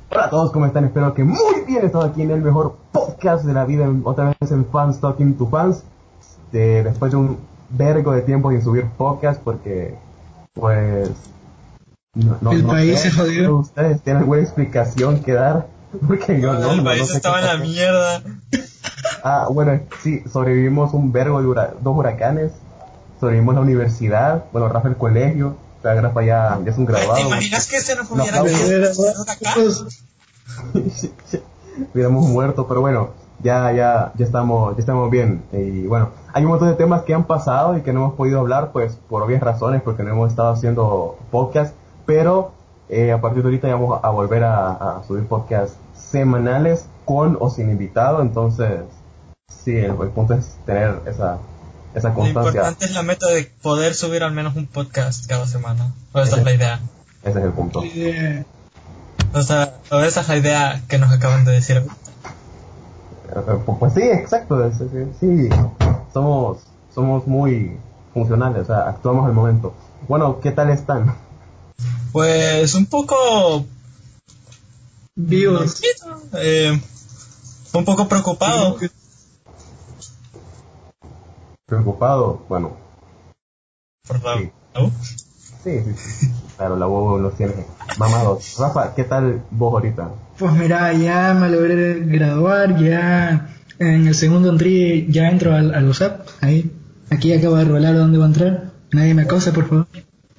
Hola a todos, ¿cómo están? Espero que muy bien. Estamos aquí en el mejor podcast de la vida, otra vez en Fans Talking to Fans. Después de un vergo de tiempo sin subir podcast, porque, pues, El no país sé, se jodió. ¿ustedes tienen alguna explicación que dar? Porque yo El no país sé qué estaba en la pasó. mierda. Bueno, sí, sobrevivimos un vergo de dos huracanes, sobrevivimos la universidad, bueno, Rafa el colegio, o sea, Rafa ya es un graduado. ¿Te imaginas que se nos Un hubiera aplauso. caído acá? Hubiéramos muerto, pero bueno, ya estamos bien. Y bueno, hay un montón de temas que han pasado y que no hemos podido hablar, pues por obvias razones, porque no hemos estado haciendo podcast, pero a partir de ahorita ya vamos a volver a subir podcasts semanales con o sin invitado. Entonces sí, el punto es tener esa Lo constancia. importante es la meta de poder subir al menos un podcast cada semana. O esa es la idea. Ese es el punto. O esa es la idea que nos acaban de decir. Pues sí, exacto. Sí, somos muy funcionales, o sea, actuamos al momento. Bueno, ¿qué tal están? Pues un poco Vivos. un poco preocupado. Preocupado, bueno, Por la sí. Sí. Claro, la voz los tiene mamados. Rafa, ¿qué tal vos ahorita? Pues mira, ya me logré graduar, ya en el segundo entry ya entro al WhatsApp, ahí. Aquí acabo de revelar dónde va a entrar. Nadie me acose, por favor.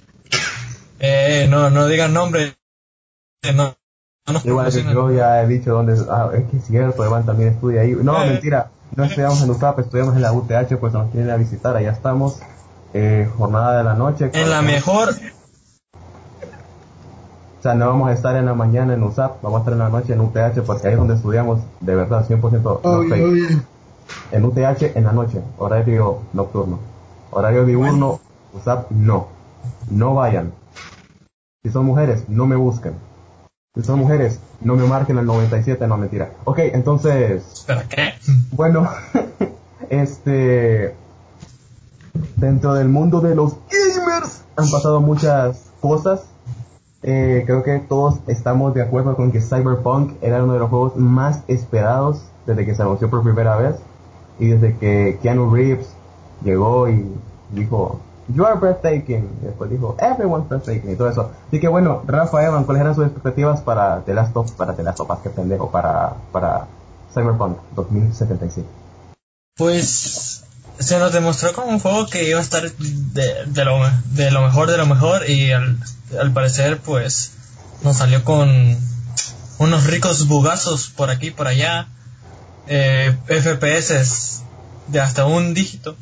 No digan nombre. No nos Igual que promocionan. yo ya he dicho dónde... es que es cierto, Evan también estudia ahí. No, mentira, no estudiamos en USAP, estudiamos en la UTH, pues nos quieren a visitar, allá estamos. Jornada de la noche. En la mejor. O sea, no vamos a estar en la mañana en USAP, vamos a estar en la noche en UTH, porque ahí es donde estudiamos de verdad, 100% no fake. Obvio. En UTH en la noche, horario nocturno. Horario diurno, USAP no vayan. Si son mujeres, no me busquen. Si son mujeres, no me marquen al 97, no, mentira. Ok, entonces, ¿Espera qué? bueno, dentro del mundo de los gamers han pasado muchas cosas. Creo que todos estamos de acuerdo con que Cyberpunk era uno de los juegos más esperados desde que se anunció por primera vez y desde que Keanu Reeves llegó y dijo "You are breathtaking", y después dijo "Everyone's breathtaking" y todo eso. Así que bueno, Rafa, Evan, ¿cuáles eran sus expectativas para The Last of Us, qué pendejo, para Cyberpunk 2077? Pues se nos demostró como un juego que iba a estar de lo mejor y al parecer pues nos salió con unos ricos bugazos por aquí y por allá, FPS de hasta un dígito.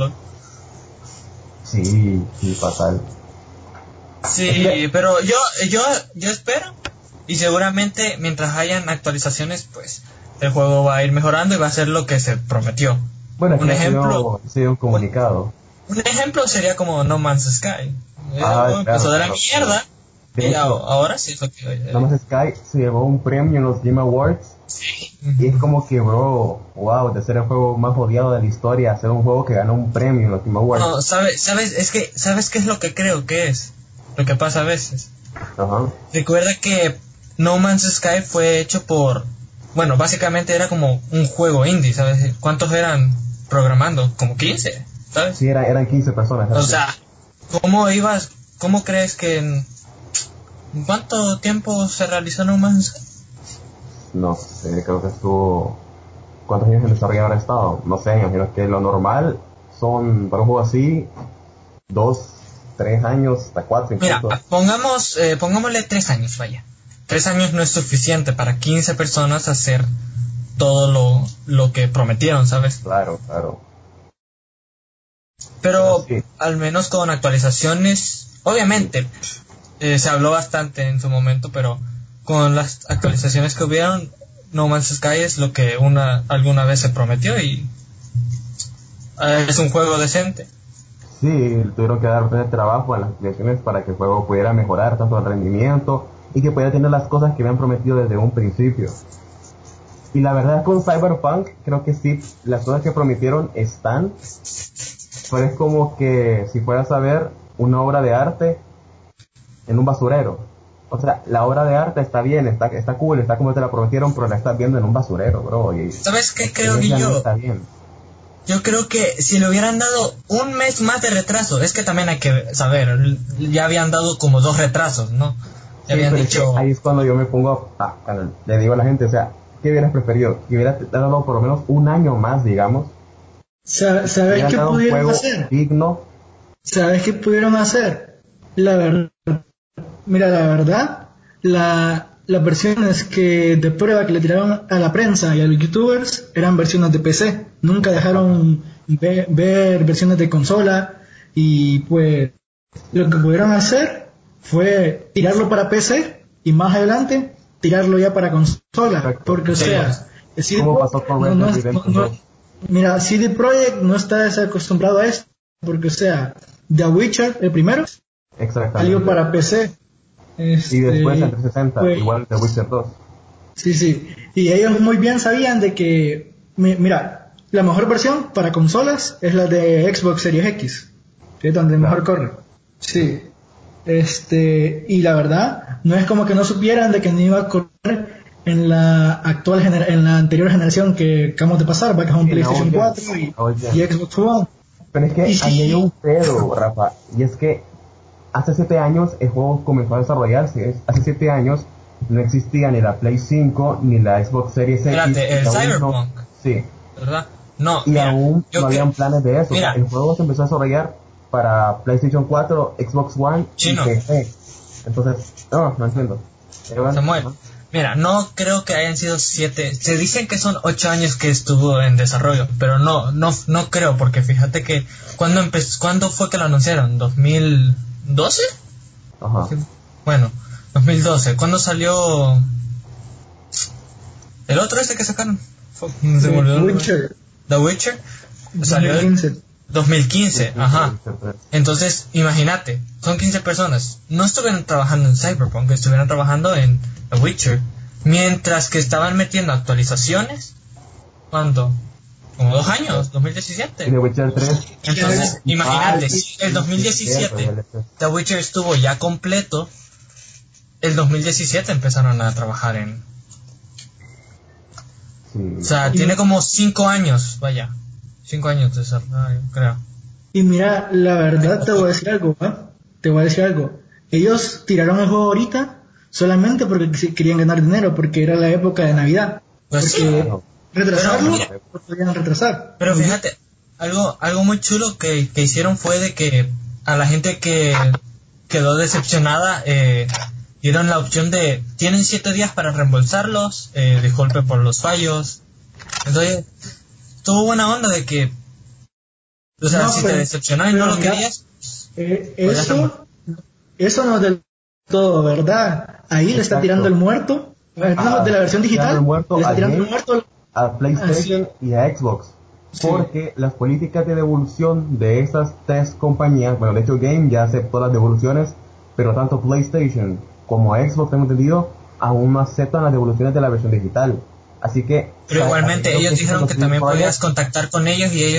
Sí, fatal. Sí, pero yo espero y seguramente mientras hayan actualizaciones pues el juego va a ir mejorando y va a ser lo que se prometió. Bueno, es Un que ejemplo, ha sido un comunicado. un ejemplo sería como No Man's Sky. Claro, Empezó de la claro. mierda De y hecho, ahora sí es lo que... No Man's Sky se llevó un premio en los Game Awards y es como que, bro, wow, de ser el juego más odiado de la historia, hacer un juego que ganó un premio en los Game Awards. No, ¿sabes qué es lo que creo que es? Lo que pasa a veces. Ajá. Recuerda que No Man's Sky fue hecho por... Bueno, básicamente era como un juego indie, ¿sabes? ¿Cuántos eran programando? Como 15, ¿sabes? Sí, eran 15 personas. O sea, ¿cómo crees que en cuánto tiempo se realizó No Man's Sky? No sé, creo que estuvo... ¿Cuántos años en desarrollo habrá estado? No sé, imagino que lo normal son, para un juego así, 2, 3 años, hasta 4 Mira, incluso. pongámosle 3 años, vaya. 3 años no es suficiente para 15 personas hacer todo lo que prometieron, ¿sabes? Claro. Pero Sí. al menos con actualizaciones, obviamente, se habló bastante en su momento, pero con las actualizaciones que hubieron, No Man's Sky es lo que alguna vez se prometió y es un juego decente. Sí, tuvieron que dar bastante trabajo a las aplicaciones para que el juego pudiera mejorar tanto el rendimiento y que pudiera tener las cosas que habían prometido desde un principio. Y la verdad con Cyberpunk creo que sí, las cosas que prometieron están, pero es como que si fueras a ver una obra de arte en un basurero. O sea, la obra de arte está bien, está cool, está como te la prometieron, pero la estás viendo en un basurero, bro. Y ¿Sabes qué creo que no yo? está bien. Yo creo que si le hubieran dado un mes más de retraso, es que también hay que saber, ya habían dado como 2 retrasos, ¿no? Ya Sí, habían pero dicho... es que ahí es cuando yo me pongo, le digo a la gente, o sea, ¿qué hubieras preferido? Que hubieras dado por lo menos un año más, digamos. ¿Sabes Hubieran qué dado un pudieron juego hacer? digno. ¿Sabes qué pudieron hacer? La verdad, mira, la verdad, las versiones que de prueba que le tiraron a la prensa y a los youtubers eran versiones de PC. Nunca dejaron ver versiones de consola y pues lo que pudieron hacer fue tirarlo para PC y más adelante tirarlo ya para consola. Perfecto. Porque, o Sí. sea, CD ¿Cómo Projekt pasó con Red Dead Redemption 2? mira, CD Projekt no está desacostumbrado a esto. Porque, o sea, The Witcher, el primero, salió Exactamente. para PC. Y después en 360, Pues, igual The Witcher 2. sí, sí. Y ellos muy bien sabían de que, mira, la mejor versión para consolas es la de Xbox Series X, que es donde mejor corre. Sí. Y la verdad, no es como que no supieran de que no iba a correr en la en la anterior generación que acabamos de pasar, va que es un Sí, en la PlayStation OG. 4 y Xbox One. Pero es que Y ahí hay sí, un pedo, Rafa. Y es que hace 7 años el juego comenzó a desarrollarse. Hace 7 años no existía ni la Play 5 ni la Xbox Series X. Espérate, el y aún Cyberpunk, sí. ¿verdad? No, Y mira, aún yo no habían planes de eso. O sea, mira, el juego se empezó a desarrollar para PlayStation 4, Xbox One y chino, PC. Entonces, no entiendo. Samuel, ¿no? mira, no creo que hayan sido 7, se dicen que son 8 años que estuvo en desarrollo, pero no creo, porque fíjate que ¿cuándo fue que lo anunciaron? ¿2012? Ajá. Bueno, 2012, ¿cuándo salió el otro que sacaron? Se me olvidó el nombre. Witcher, The Witcher salió el 2015. 2015, ajá. Sí. Entonces, imagínate, son 15 personas. No estuvieron trabajando en Cyberpunk, estuvieron trabajando en The Witcher. Mientras que estaban metiendo actualizaciones, ¿cuánto? Como 2 años, Y 2017. The Witcher 3. Entonces, imagínate, si el Sí, 2017 DLC. The Witcher estuvo ya completo, el 2017 empezaron a trabajar en... Sí. O sea, tiene como 5 años, vaya. 5 años de desarrollo, creo. Y mira, la verdad te voy a decir algo, ¿ah? Te voy a decir algo. Ellos tiraron el juego ahorita solamente porque querían ganar dinero, porque era la época de Navidad. Pues sí, Porque Claro. retrasarlo, Pero mira, lo podían retrasar. pero fíjate, algo muy chulo que hicieron fue de que a la gente que quedó decepcionada dieron la opción de tienen 7 días para reembolsarlos, disculpe por los fallos. Entonces, tuvo buena onda de que, o sea, No, si te decepcionó y no pero lo mira, querías, podías reembolsar. eso no es del todo, ¿verdad? Ahí le está tirando Exacto. el muerto, no, de la versión Tirando el digital, muerto le está a tirando el Game, muerto. a PlayStation Así, y a Xbox. sí. Porque las políticas de devolución de esas 3 compañías, bueno, de hecho Game ya aceptó las devoluciones, pero tanto PlayStation como Xbox, tengo entendido, aún no aceptan las devoluciones de la versión digital. Así que... Pero igualmente ellos dijeron que también podías contactar con ellos y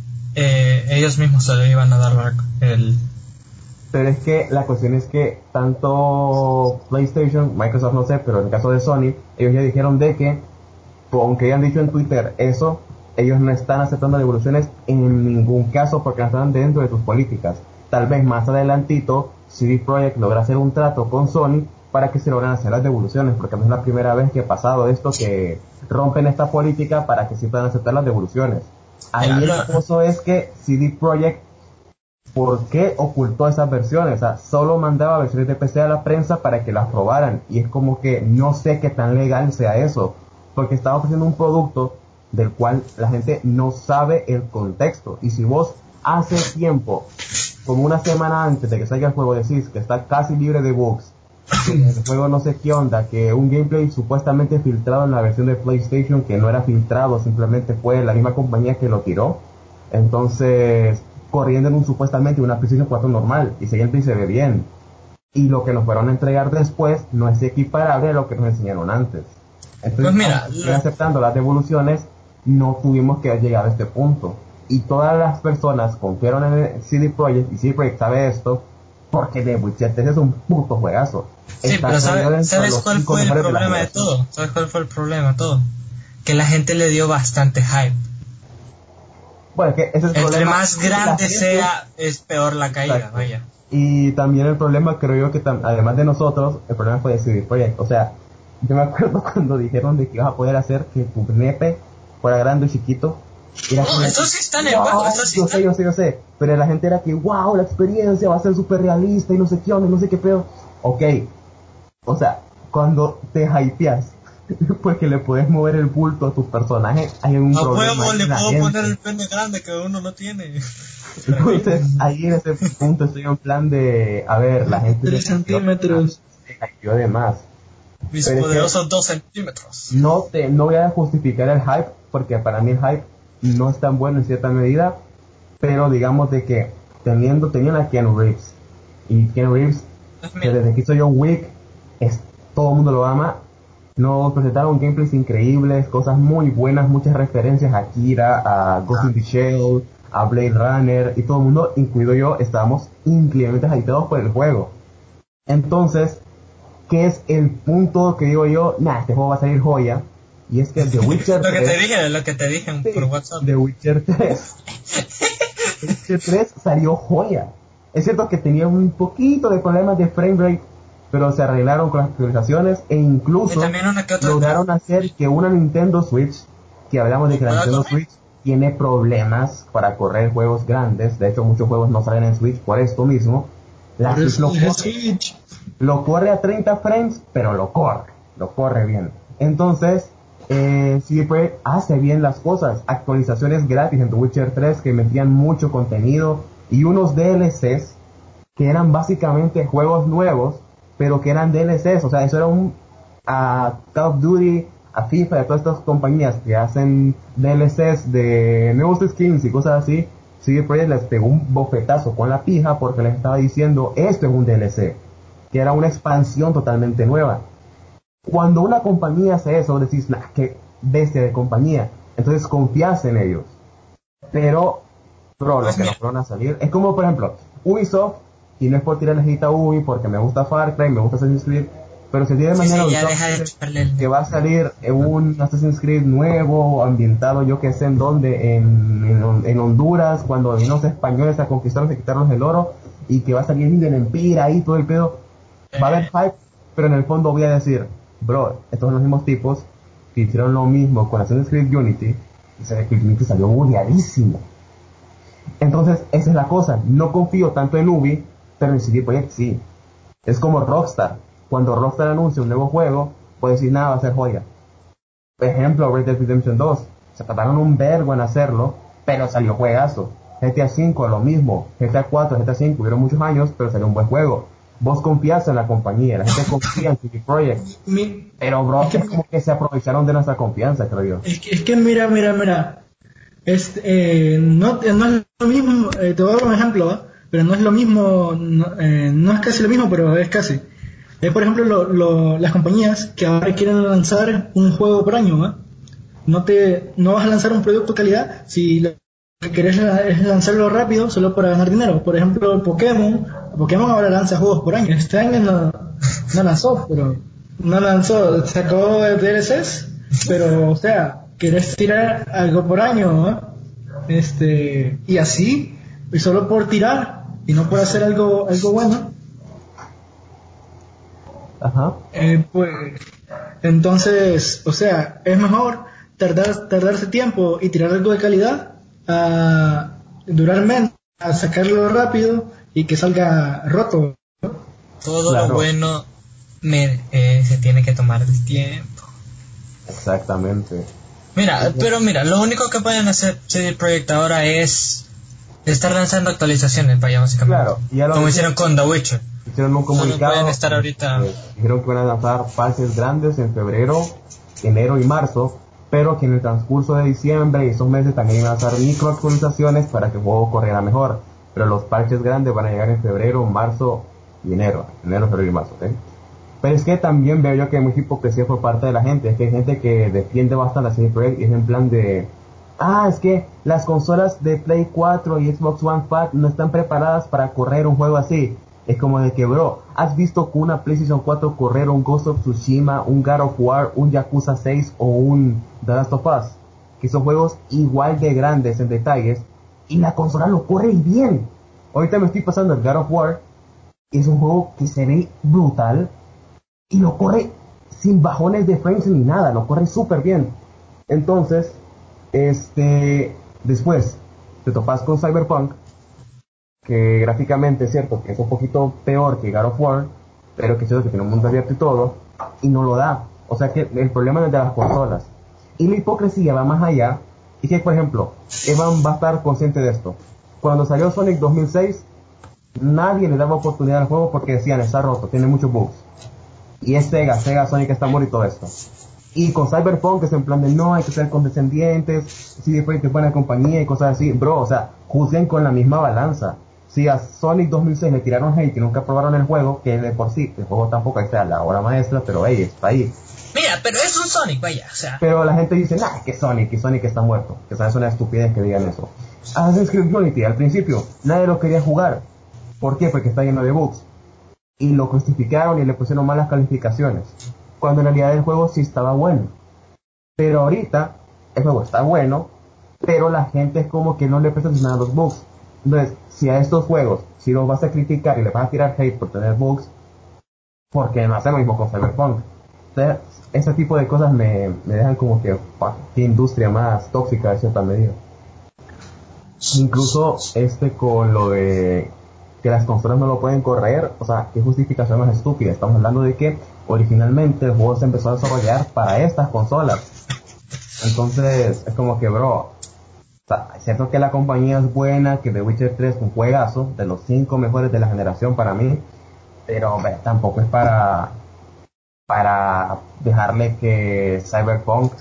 ellos mismos se le iban a dar el... Pero es que la cuestión es que tanto PlayStation, Microsoft no sé, pero en el caso de Sony, ellos ya dijeron de que, aunque hayan dicho en Twitter eso, ellos no están aceptando devoluciones en ningún caso porque no están dentro de sus políticas. Tal vez más adelantito CD Projekt logra hacer un trato con Sony para que se logren hacer las devoluciones, porque no es la primera vez que ha pasado esto, que rompen esta política para que sí puedan aceptar las devoluciones. Ahí el caso es que CD Projekt, ¿por qué ocultó esas versiones? O sea, solo mandaba versiones de PC a la prensa para que las probaran. Y es como que no sé qué tan legal sea eso. Porque estaba ofreciendo un producto del cual la gente no sabe el contexto. Y si vos hace tiempo, como una semana antes de que salga el juego, decís que está casi libre de bugs, que el juego no sé qué onda, que un gameplay supuestamente filtrado en la versión de PlayStation que no era filtrado, simplemente fue la misma compañía que lo tiró. Entonces, corriendo en supuestamente una PlayStation 4 normal, y ese gameplay se ve bien. Y lo que nos fueron a entregar después no es equiparable a lo que nos enseñaron antes. Entonces, Pues mira, aceptando las devoluciones, no tuvimos que llegar a este punto. Y todas las personas confiaron en CD Projekt, y CD Projekt sabe esto, porque The Witcher 3 es un puto juegazo. Sí, pero ¿sabes cuál fue el problema de todo? ¿Sabes cuál fue el problema de todo? Que la gente le dio bastante hype. Bueno, es que ese es el Entre problema. más grande sea, es peor la caída, Exacto. vaya. Y también el problema, creo yo, que además de nosotros, el problema fue de CD Projekt. O sea, yo me acuerdo cuando dijeron de que ibas a poder hacer que tu nepe fuera grande o chiquito. No, eso sí está en el juego, eso sí está. Yo sé. Pero la gente era que, wow, la experiencia va a ser súper realista y no sé qué onda, no sé qué pedo. Ok. O sea, cuando te hypeas, porque le puedes mover el bulto a tus personajes, hay un problema. A huevo le puedo gente. poner el pene grande que uno no tiene. Entonces, ahí en ese punto estoy en plan de, a ver, la gente 3 centímetros. se hypeó de más. Mis Pero poderosos 2 centímetros. No voy a justificar el hype, porque para mí el hype no es tan bueno en cierta medida, pero digamos de que tenían a Keanu Reeves, y Keanu Reeves, que desde que hizo John Wick, todo el mundo lo ama. Nos presentaron gameplays increíbles, cosas muy buenas, muchas referencias a Kira, a Ghost in the Shell, a Blade Runner, y todo el mundo, incluido yo, estábamos increíblemente hypeados por el juego. Entonces, ¿qué es el punto que digo yo? Este juego va a salir joya. Y es que The Witcher 3... lo que te dije por WhatsApp. The Witcher 3. The Witcher 3 salió joya. Es cierto que tenía un poquito de problemas de frame rate, pero se arreglaron con las actualizaciones e incluso lograron hacer que una Nintendo Switch, que hablamos de que la Nintendo Switch tiene problemas para correr juegos grandes. De hecho, muchos juegos no salen en Switch por esto mismo. La Switch lo corre a 30 frames, pero lo corre bien. Entonces, CD Projekt hace bien las cosas. Actualizaciones gratis en The Witcher 3 que metían mucho contenido y unos DLCs que eran básicamente juegos nuevos, pero que eran DLCs. O sea, eso era a Call of Duty, a FIFA y a todas estas compañías que hacen DLCs de nuevos skins y cosas así. CD Projekt les pegó un bofetazo con la pija porque les estaba diciendo, esto es un DLC, que era una expansión totalmente nueva. Cuando una compañía hace eso, decís, qué bestia de compañía, entonces confías en ellos. Pero, lo que no fueron a salir, es como por ejemplo, Ubisoft, y no es por tirar la hijita a Ubi, porque me gusta Far Cry, me gusta Assassin's Creed, pero si el día de mañana que va a salir un Assassin's Creed nuevo, ambientado yo que sé en dónde, en Honduras, cuando vino los españoles a conquistarnos y quitarnos el oro, y que va a salir Indian Empire ahí, todo el pedo, va a haber hype, pero en el fondo voy a decir, bro, estos son los mismos tipos que hicieron lo mismo con Assassin's Creed Unity, y se ve que Unity salió bugueadísimo. Entonces, esa es la cosa, no confío tanto en Ubi, pero en CD Projekt sí. Es como Rockstar. Cuando Rockstar anuncia un nuevo juego, puede decir, nada, va a ser joya. Por ejemplo, Red Dead Redemption 2. Se trataron un vergo en hacerlo, pero salió juegazo. GTA 5, lo mismo. GTA 4, GTA 5, hubieron muchos años, pero salió un buen juego. Vos confías en la compañía, la gente confía en CD Projekt. Pero, bro, es como que se aprovecharon de nuestra confianza, creo yo. Es que mira. No es lo mismo, te voy a dar un ejemplo, ¿eh? Pero no es lo mismo, no es casi lo mismo, pero es casi. Por ejemplo, las compañías que ahora quieren lanzar un juego por año, ¿eh? No vas a lanzar un producto de calidad si lo que querés es lanzarlo rápido solo para ganar dinero. Por ejemplo, Pokémon ahora lanza juegos por año. Este año no lanzó, sacó DLCs, pero o sea, querés tirar algo por año, ¿no? Y así, y solo por tirar y no por hacer algo bueno. Ajá. Pues entonces, o sea, es mejor tardarse tiempo y tirar algo de calidad a durar menos, a sacarlo rápido y que salga roto, ¿no? Todo lo bueno se tiene que tomar el tiempo. Exactamente. Mira, lo único que pueden hacer CD Projekt ahora es estar lanzando actualizaciones, vaya, básicamente. Claro, ya como hicieron con The Witcher. Hicieron un comunicado. Pueden estar ahorita. Dijeron que van a lanzar parches grandes en febrero, enero y marzo, pero que en el transcurso de diciembre y esos meses también iban a lanzar micro actualizaciones para que el juego corriera mejor. Pero los parches grandes van a llegar en febrero, marzo y enero. Enero, febrero y marzo, ¿ok? Pero es que también veo yo que hay mucha hipocresía por parte de la gente. Es que hay gente que defiende bastante a CD Projekt y es en plan de... es que las consolas de Play 4 y Xbox One Fat no están preparadas para correr un juego así. Es como de que, bro, ¿has visto con una PlayStation 4 correr un Ghost of Tsushima, un God of War, un Yakuza 6 o un The Last of Us? Que son juegos igual de grandes en detalles y la consola lo corre bien. Ahorita me estoy pasando el God of War, es un juego que se ve brutal y lo corre sin bajones de frames ni nada, lo corre súper bien. Entonces, después te topas con Cyberpunk, que gráficamente es cierto que es un poquito peor que God of War, pero que es cierto que tiene un mundo abierto y todo, y no lo da. O sea que el problema es de las consolas. Y la hipocresía va más allá, y que, por ejemplo, Evan va a estar consciente de esto. Cuando salió Sonic 2006, nadie le daba oportunidad al juego porque decían, está roto, tiene muchos bugs. Y es Sega, Sonic está muerto y todo esto. Y con Cyberpunk es en plan de no, hay que ser condescendientes, si después te buena compañía y cosas así. Bro, o sea, juzguen con la misma balanza. Si a Sonic 2006 le tiraron hate y nunca probaron el juego, que de por sí, el juego tampoco está a la obra maestra, pero hey, está ahí. Mira, pero es un Sonic, vaya, o sea. Pero la gente dice, nah, que Sonic está muerto. Que es una estupidez que digan eso. Assassin's Creed Unity, al principio, nadie lo quería jugar. ¿Por qué? Porque está lleno de bugs. Y lo justificaron y le pusieron malas calificaciones. Cuando en realidad el juego sí estaba bueno. Pero ahorita, el juego está bueno, pero la gente es como que no le presta atención a los bugs. Entonces, si a estos juegos, si los vas a criticar y le vas a tirar hate por tener bugs, ¿por qué no hacer lo mismo con Cyberpunk? Entonces, ese tipo de cosas me dejan como que, qué industria más tóxica de cierta medida. Incluso con lo de que las consolas no lo pueden correr, o sea, qué justificación más estúpida. Estamos hablando de que originalmente el juego se empezó a desarrollar para estas consolas. Entonces, es como que, bro, o sea, es cierto que la compañía es buena, que The Witcher 3 es un juegazo, de los 5 mejores de la generación para mí, pero tampoco es para dejarle que Cyberpunk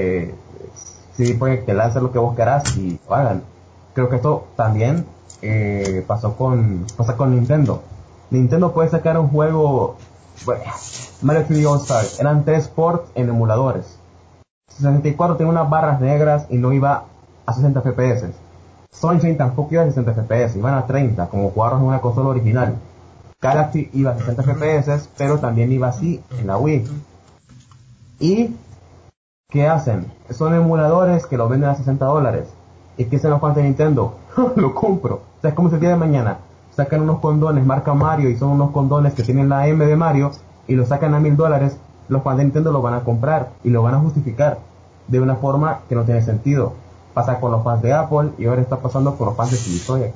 sí, pues que lance lo que vos querás y lo hagan. Creo que esto también pasa con Nintendo. Nintendo puede sacar un juego, bueno, Mario 3D All Stars, eran 3 ports en emuladores. 64 tenía unas barras negras y no iba a 60 FPS. Sunshine tampoco iba a 60 FPS, iban a 30, como jugaron en una consola original. Galaxy iba a 60 FPS, pero también iba así en la Wii. ¿Y qué hacen? Son emuladores que lo venden a $60. ¿Y qué se nos falta de Nintendo? Lo compro. O sea, es como si el día de mañana sacan unos condones marca Mario y son unos condones que tienen la M de Mario y lo sacan a $1000. Los fans de Nintendo lo van a comprar y lo van a justificar de una forma que no tiene sentido. Pasa con los fans de Apple y ahora está pasando con los fans de CD Projekt.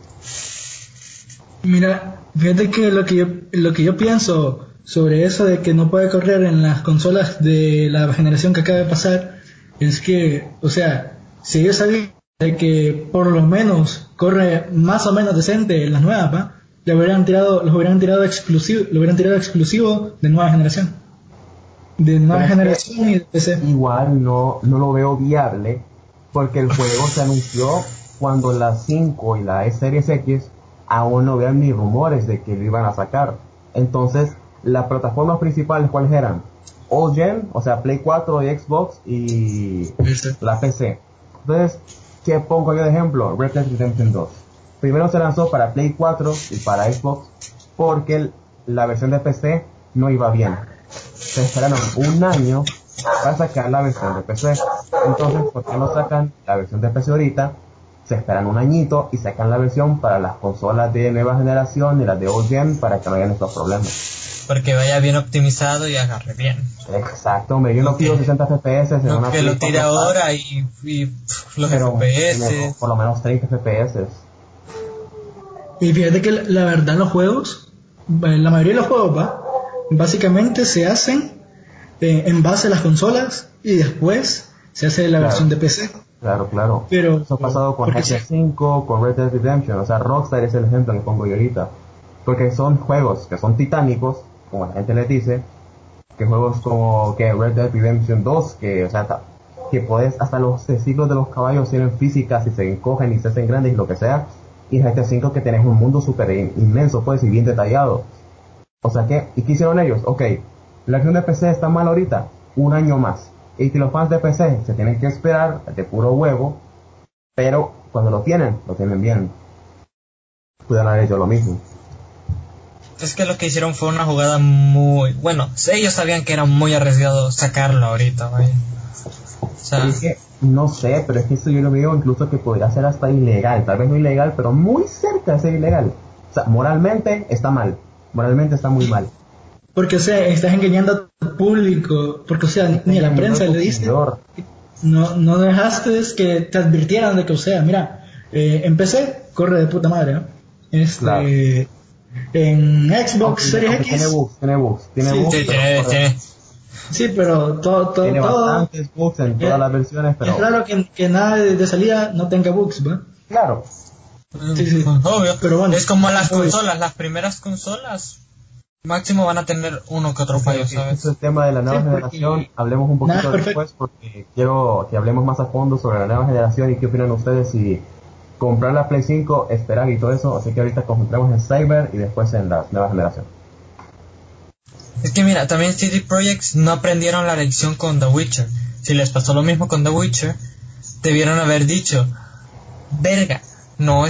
Mira, fíjate que lo que yo pienso sobre eso de que no puede correr en las consolas de la generación que acaba de pasar es que, o sea, si ellos sabían de que por lo menos corre más o menos decente en las nuevas, ¿va? Los hubieran tirado exclusivo de nueva generación. De nueva generación y de PC. Igual no lo veo viable porque el juego se anunció cuando la 5 y la Series X aún no habían ni rumores de que lo iban a sacar. Entonces, las plataformas principales, ¿cuáles eran? All Gen, o sea, Play 4 y Xbox y la PC. Entonces, ¿qué pongo yo de ejemplo? Red Dead Redemption 2. Primero se lanzó para Play 4 y para Xbox porque la versión de PC no iba bien. Se esperaron un año para sacar la versión de PC. Entonces, ¿por qué no sacan la versión de PC ahorita? Se esperan un añito y sacan la versión para las consolas de nueva generación y las de old gen para que no hayan estos problemas. Porque vaya bien optimizado y agarre bien. Exacto, hombre, yo no pido 60 FPS en una que lo tire ahora y los FPS. Por lo menos 30 FPS. Y fíjate que la verdad los juegos, la mayoría de los juegos, ¿va? Básicamente se hacen en base a las consolas y después se hace la versión de PC. Claro. Pero eso ha pasado con GTA V, con Red Dead Redemption. O sea, Rockstar es el ejemplo que pongo yo ahorita. Porque son juegos que son titánicos, como la gente les dice, que juegos como que Red Dead Redemption 2, que, o sea, que puedes, hasta los testículos de los caballos tienen físicas y se encogen y se hacen grandes y lo que sea. Y GTA V que tenés un mundo súper inmenso, pues, y bien detallado. O sea que, ¿y qué hicieron ellos? Ok, la versión de PC está mal ahorita, un año más. Y si los fans de PC se tienen que esperar de puro huevo, pero cuando lo tienen bien. Pudieron haber hecho lo mismo. Es que lo que hicieron fue una jugada muy... Bueno, ellos sabían que era muy arriesgado sacarlo ahorita, vaya. O sea, Es que, no sé, pero es que eso yo lo veo incluso que podría ser hasta ilegal. Tal vez no ilegal, pero muy cerca de ser ilegal. O sea, moralmente está mal. Moralmente está muy mal. Porque, o sea, estás engañando a tu público. Porque, o sea, ni a la prensa le diste. No dejaste que te advirtieran de que, o sea, mira, en PC corre de puta madre, ¿no? Claro. En Xbox Series X. Tiene bugs. sí, tiene. Sí, pero tiene todo bastantes bugs en todas las versiones, pero... Es raro que nada de salida no tenga bugs, ¿va? Claro. Sí. Obvio. Pero bueno, es como las consolas, las primeras consolas máximo van a tener uno que otro fallo, ¿sabes? Este es el tema de la nueva generación. Hablemos un poquito después porque quiero que hablemos más a fondo sobre la nueva generación y qué opinan ustedes si comprar la Play 5, esperar y todo eso. Así que ahorita concentremos en Cyber y después en la nueva generación. Es que mira, también CD Projekt no aprendieron la lección con The Witcher. Si les pasó lo mismo con The Witcher, debieron haber dicho, verga, no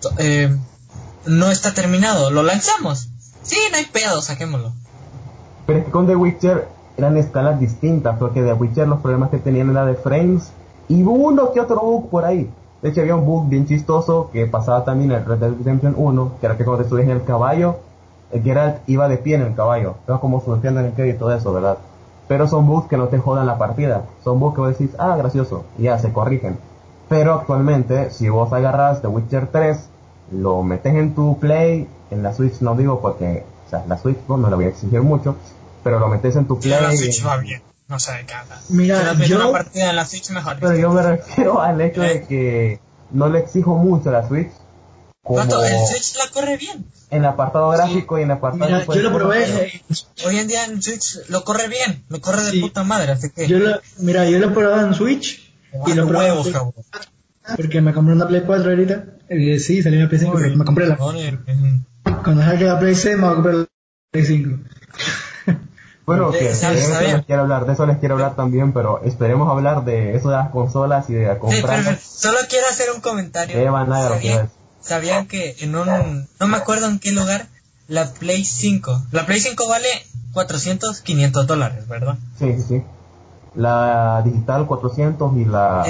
está terminado, lo lanzamos. Sí, no hay pedo, saquémoslo. Pero es que con The Witcher eran escalas distintas, porque The Witcher los problemas que tenían era de frames y uno que otro bug por ahí. De hecho había un bug bien chistoso que pasaba también en Red Dead Redemption 1, que era que cuando te subías en el caballo, Geralt iba de pie en el caballo, estaba como surfeando en el caballo y todo eso, ¿verdad? Pero son bugs que no te jodan la partida, son bugs que vos decís, gracioso, y ya se corrigen. Pero actualmente, si vos agarras The Witcher 3, lo metes en tu Play, en la Switch no digo porque, o sea, la Switch no la voy a exigir mucho, pero lo metes en tu Play... La Switch va bien, no sé de qué hablas. Mira, si una partida en la Switch mejor. Pero yo me refiero al hecho de que no le exijo mucho a la Switch. Como el Switch la corre bien. En el apartado gráfico y en el apartado... Mira, yo lo probé. Hoy en día en Switch lo corre bien, lo corre de puta madre, así que... Yo lo probé en Switch y lo probé porque me compré una Play 4 ahorita. Sí, salió la Play 5, pero me compré la... Cuando salga la Play 6 me voy a comprar la Play 5. Bueno, de eso les quiero hablar también, pero esperemos hablar de eso de las consolas y de comprar. Solo quiero hacer un comentario. ¿Sabían que en no me acuerdo en qué lugar, la Play 5 vale $400-500, ¿verdad? Sí. La digital 400 y la...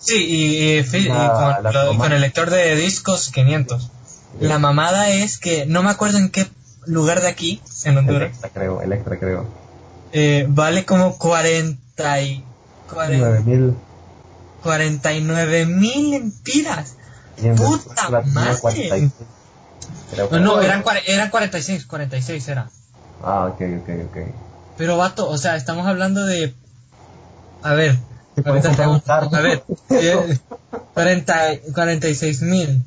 con el lector de discos 500. La mamada es que no me acuerdo en qué lugar de aquí, en Honduras. Electra creo. Vale como 49,000 empiras. ¡Puta madre! No, eran 46 era. Ok. Pero vato, o sea, estamos hablando de... A ver, 46,000.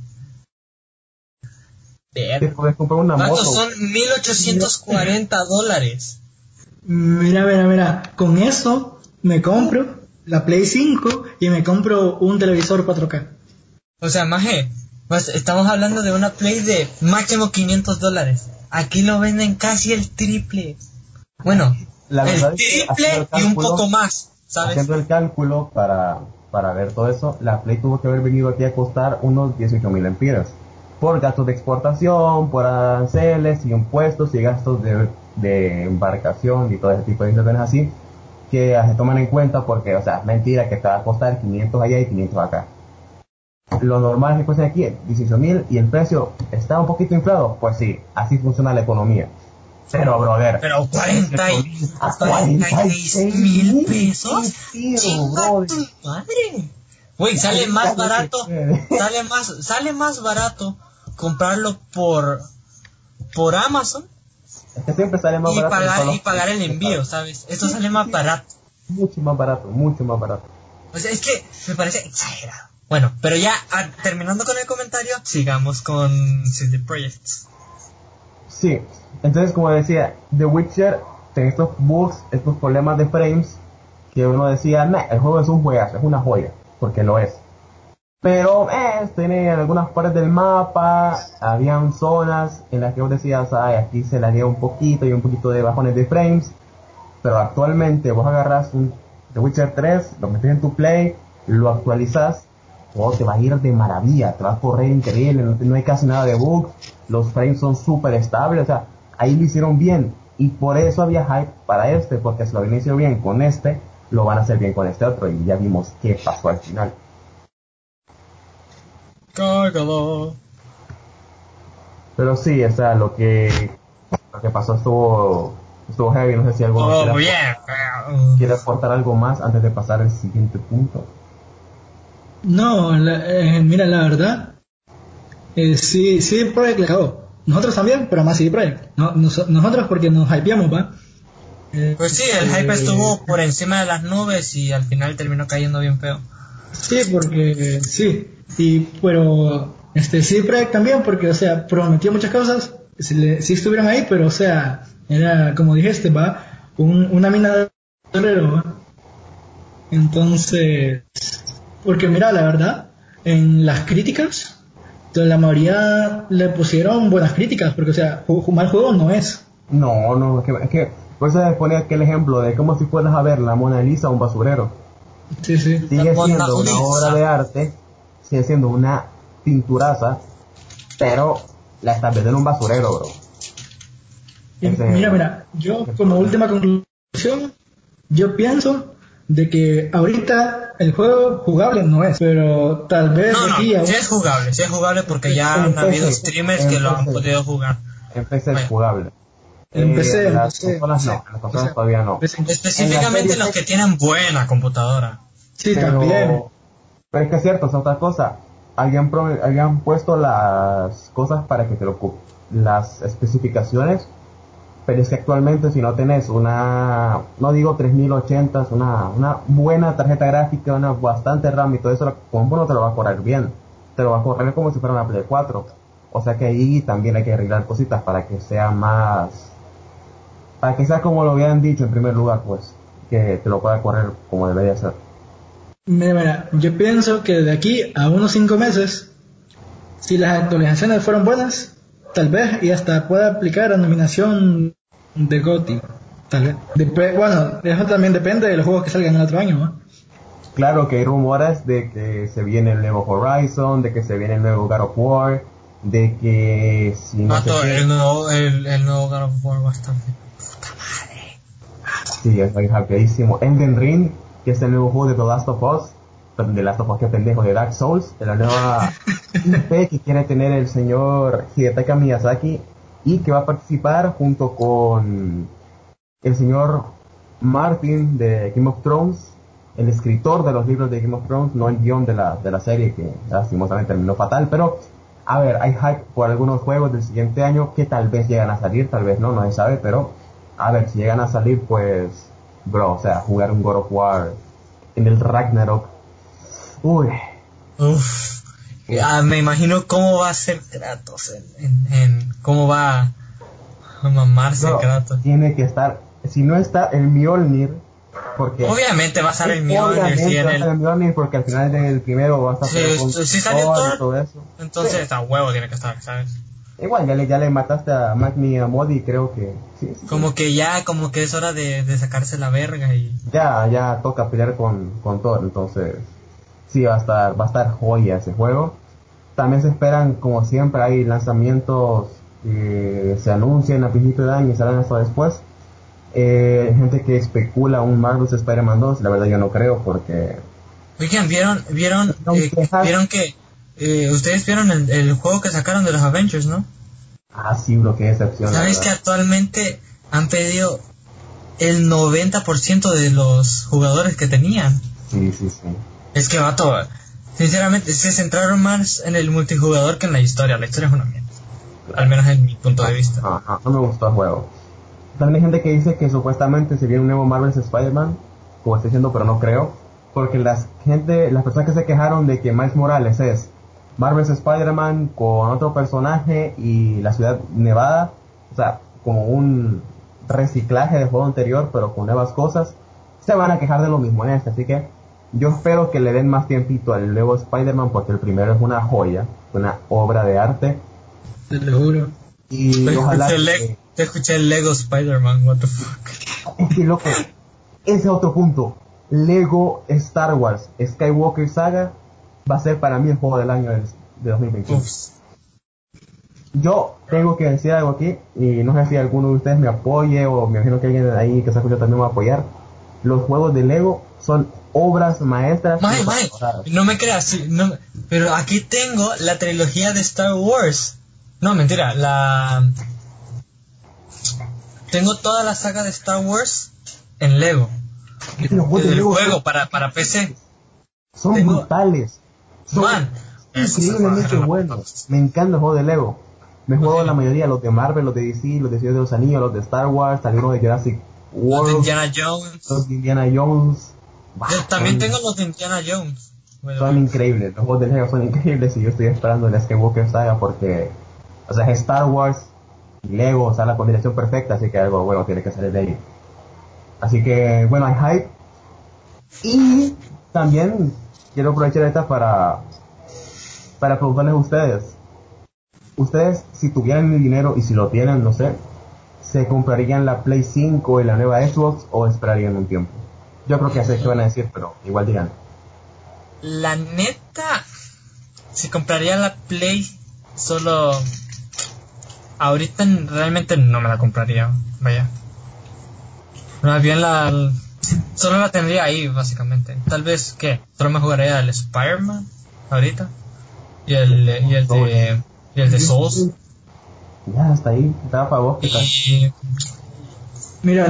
Te puedes comprar una moto. Son $1,840. Mira, con eso me compro la Play 5 y me compro un televisor 4K. O sea, maje, estamos hablando de una Play de máximo $500. Aquí lo venden casi el triple. Bueno, el triple y un poco más, ¿sabes? Haciendo el cálculo para ver todo eso, la Play tuvo que haber venido aquí a costar unos 18,000 empiras. Por gastos de exportación, por aranceles y impuestos y gastos de embarcación y todo ese tipo de situaciones así, que se toman en cuenta porque, o sea, es mentira que te va a costar 500 allá y 500 acá. Lo normal es que cueste aquí 18,000 y el precio está un poquito inflado. Pues sí, así funciona la economía. Pero, brother. Pero 46,000 pesos. ¡Chinga tu madre! Güey, sale más barato. Sale más barato comprarlo por Amazon. Es que siempre sale más barato. Y pagar el envío, ¿sabes? Esto sale más barato. Mucho más barato. O sea, es que me parece exagerado. Bueno, pero ya terminando con el comentario, sigamos con CD Projekt. Sí, entonces como decía, The Witcher tiene estos bugs, estos problemas de frames, que uno decía, el juego es un juegazo, es una joya, porque lo es. Pero tiene algunas partes del mapa, habían zonas en las que vos decías, aquí se laguea un poquito y un poquito de bajones de frames. Pero actualmente vos agarras un The Witcher 3, lo metes en tu Play, lo actualizas, todo te va a ir de maravilla, te va a correr increíble, no hay casi nada de bugs, los frames son súper estables, o sea, ahí lo hicieron bien. Y por eso había hype para este, porque si lo habían hecho bien con este, lo van a hacer bien con este otro. Y ya vimos qué pasó al final. Cárgalo. Pero sí, o sea, lo que pasó estuvo heavy. No sé si alguno quiere aportar algo más antes de pasar al siguiente punto. No, mira, la verdad, sí, sí, Projekt le cagó. Nosotros también, pero más sí Projekt. Nosotros porque nos hypeamos, ¿va? Pues sí, el hype estuvo por encima de las nubes y al final terminó cayendo bien feo. Sí, porque sí, pero sí Projekt también, porque, o sea, prometió muchas cosas, sí estuvieron ahí, pero, o sea, era, como dijiste, ¿va? Una mina de oro, ¿va? Entonces, porque mira, la verdad, en las críticas, la mayoría le pusieron buenas críticas, porque, o sea, mal juego no es. No, es que por eso les ponía aquel ejemplo de como si fueras a ver la Mona Lisa o un basurero. Sí, sí. Sigue siendo una obra de arte, sigue siendo una pinturaza, pero la estás viendo en un basurero, bro. Y mira, yo como última conclusión, yo pienso de que ahorita el juego jugable no es, pero tal vez No, de aquí a sí es jugable porque ya han habido streamers que lo han podido jugar. En PC es jugable. en PC, En las consolas no, en las consolas todavía no. Específicamente los que tienen buena computadora. Sí, también. Pero es que es cierto, es otra cosa. Habían puesto las cosas para que las especificaciones, pero es que actualmente si no tenés no digo 3080, una buena tarjeta gráfica, una bastante RAM y todo eso, la compu no te lo va a correr bien. Te lo va a correr como si fuera una Play 4. O sea que ahí también hay que arreglar cositas para que sea como lo habían dicho en primer lugar, pues, que te lo pueda correr como debería ser. Mira, yo pienso que de aquí a unos 5 meses, si las actualizaciones fueron buenas, tal vez y hasta pueda aplicar a nominación de GOTY. Tal vez. Bueno, eso también depende de los juegos que salgan el otro año, ¿no? Claro que hay rumores de que se viene el nuevo Horizon, de que se viene el nuevo God of War, de que si no el nuevo God of War va a estar de puta madre. Sí, estoy hypeadísimo. Elden Ring, que es el nuevo juego de The Last of Us, perdón, de Last of Us, que pendejo, de Dark Souls, de la nueva IP que quiere tener el señor Hidetaka Miyazaki y que va a participar junto con el señor Martin de Game of Thrones, el escritor de los libros de Game of Thrones, no el guión de la serie, que lastimosamente terminó fatal, pero a ver, hay hype por algunos juegos del siguiente año que tal vez llegan a salir, tal vez no se sabe, pero a ver, si llegan a salir, pues, bro, o sea, jugar un God of War en el Ragnarok, uy. Uf. Me imagino cómo va a ser Kratos, en cómo va a mamarse Kratos. Tiene que estar, si no está el Mjolnir, porque obviamente va a estar el Mjolnir, el Mjolnir, porque al final del primero va a estar si salió Thor, todo eso. entonces a huevo tiene que estar, ¿sabes? Igual ya le mataste a Magni y a Modi, creo que sí. Como que es hora de sacarse la verga y ya toca pelear con Thor, entonces sí va a estar joya ese juego. También se esperan, como siempre, hay lanzamientos que se anuncian a principio de año y salen hasta después. Gente que especula un Marvel's Spider-Man 2, la verdad yo no creo porque... Oigan, vieron que ustedes vieron el juego que sacaron de los Avengers, ¿no? Ah, sí, bro, qué decepción. ¿Sabes que actualmente han pedido el 90% de los jugadores que tenían? Sí. Es que vato, sinceramente se centraron más en el multijugador que en la historia. La historia es una mierda, al menos en mi punto de vista. No me gustó el juego. También hay gente que dice que supuestamente se viene un nuevo Marvel's Spider-Man, como estoy diciendo, pero no creo, porque las personas que se quejaron de que Miles Morales es Marvel's Spider-Man con otro personaje y la ciudad nevada, o sea, como un reciclaje del juego anterior, pero con nuevas cosas, se van a quejar de lo mismo en este, así que yo espero que le den más tiempito al nuevo Spider-Man, porque el primero es una joya, una obra de arte. Te lo juro. Y ojalá te escuché el Lego Spider-Man, what the fuck. Es que loco, ese otro punto. Lego Star Wars Skywalker Saga va a ser para mí el juego del año de 2021. yo tengo que decir algo aquí, y no sé si alguno de ustedes me apoye, o me imagino que alguien de ahí que se escucha también me va a apoyar. Los juegos de Lego son obras maestras. Mae, no me creas, sí, no, pero aquí tengo la trilogía de Star Wars. No, mentira, tengo toda la saga de Star Wars en Lego. Los juegos de El Lego juego para PC. son Tengo- brutales. Son Man, increíblemente buenos. Me encanta el juego de Lego. Me he jugado la mayoría, los de Marvel, los de DC, los de Señor de los Anillos, los de Star Wars, algunos de Jurassic Los de World, Indiana Jones. los de Indiana Jones. Yo también tengo los de Indiana Jones. Son increíbles, los juegos de Lego son increíbles, y yo estoy esperando la Skywalker Saga porque, o sea, es Star Wars y Lego, o sea, la combinación perfecta, así que algo bueno tiene que salir de ahí. Así que, bueno, hay hype. Y también quiero aprovechar esta para preguntarles a ustedes. Ustedes, si tuvieran el dinero, y si lo tienen, no sé, ¿se comprarían la Play 5 y la nueva Xbox o esperarían un tiempo? Yo creo que sé qué van a decir, pero igual digan. La neta, si compraría la Play, solo ahorita realmente no me la compraría, vaya. Más bien solo la tendría ahí, básicamente. Tal vez, ¿qué? Solo me jugaría el Spider-Man ahorita y el de Souls. Ya, hasta ahí, estaba para vos. Y Mira,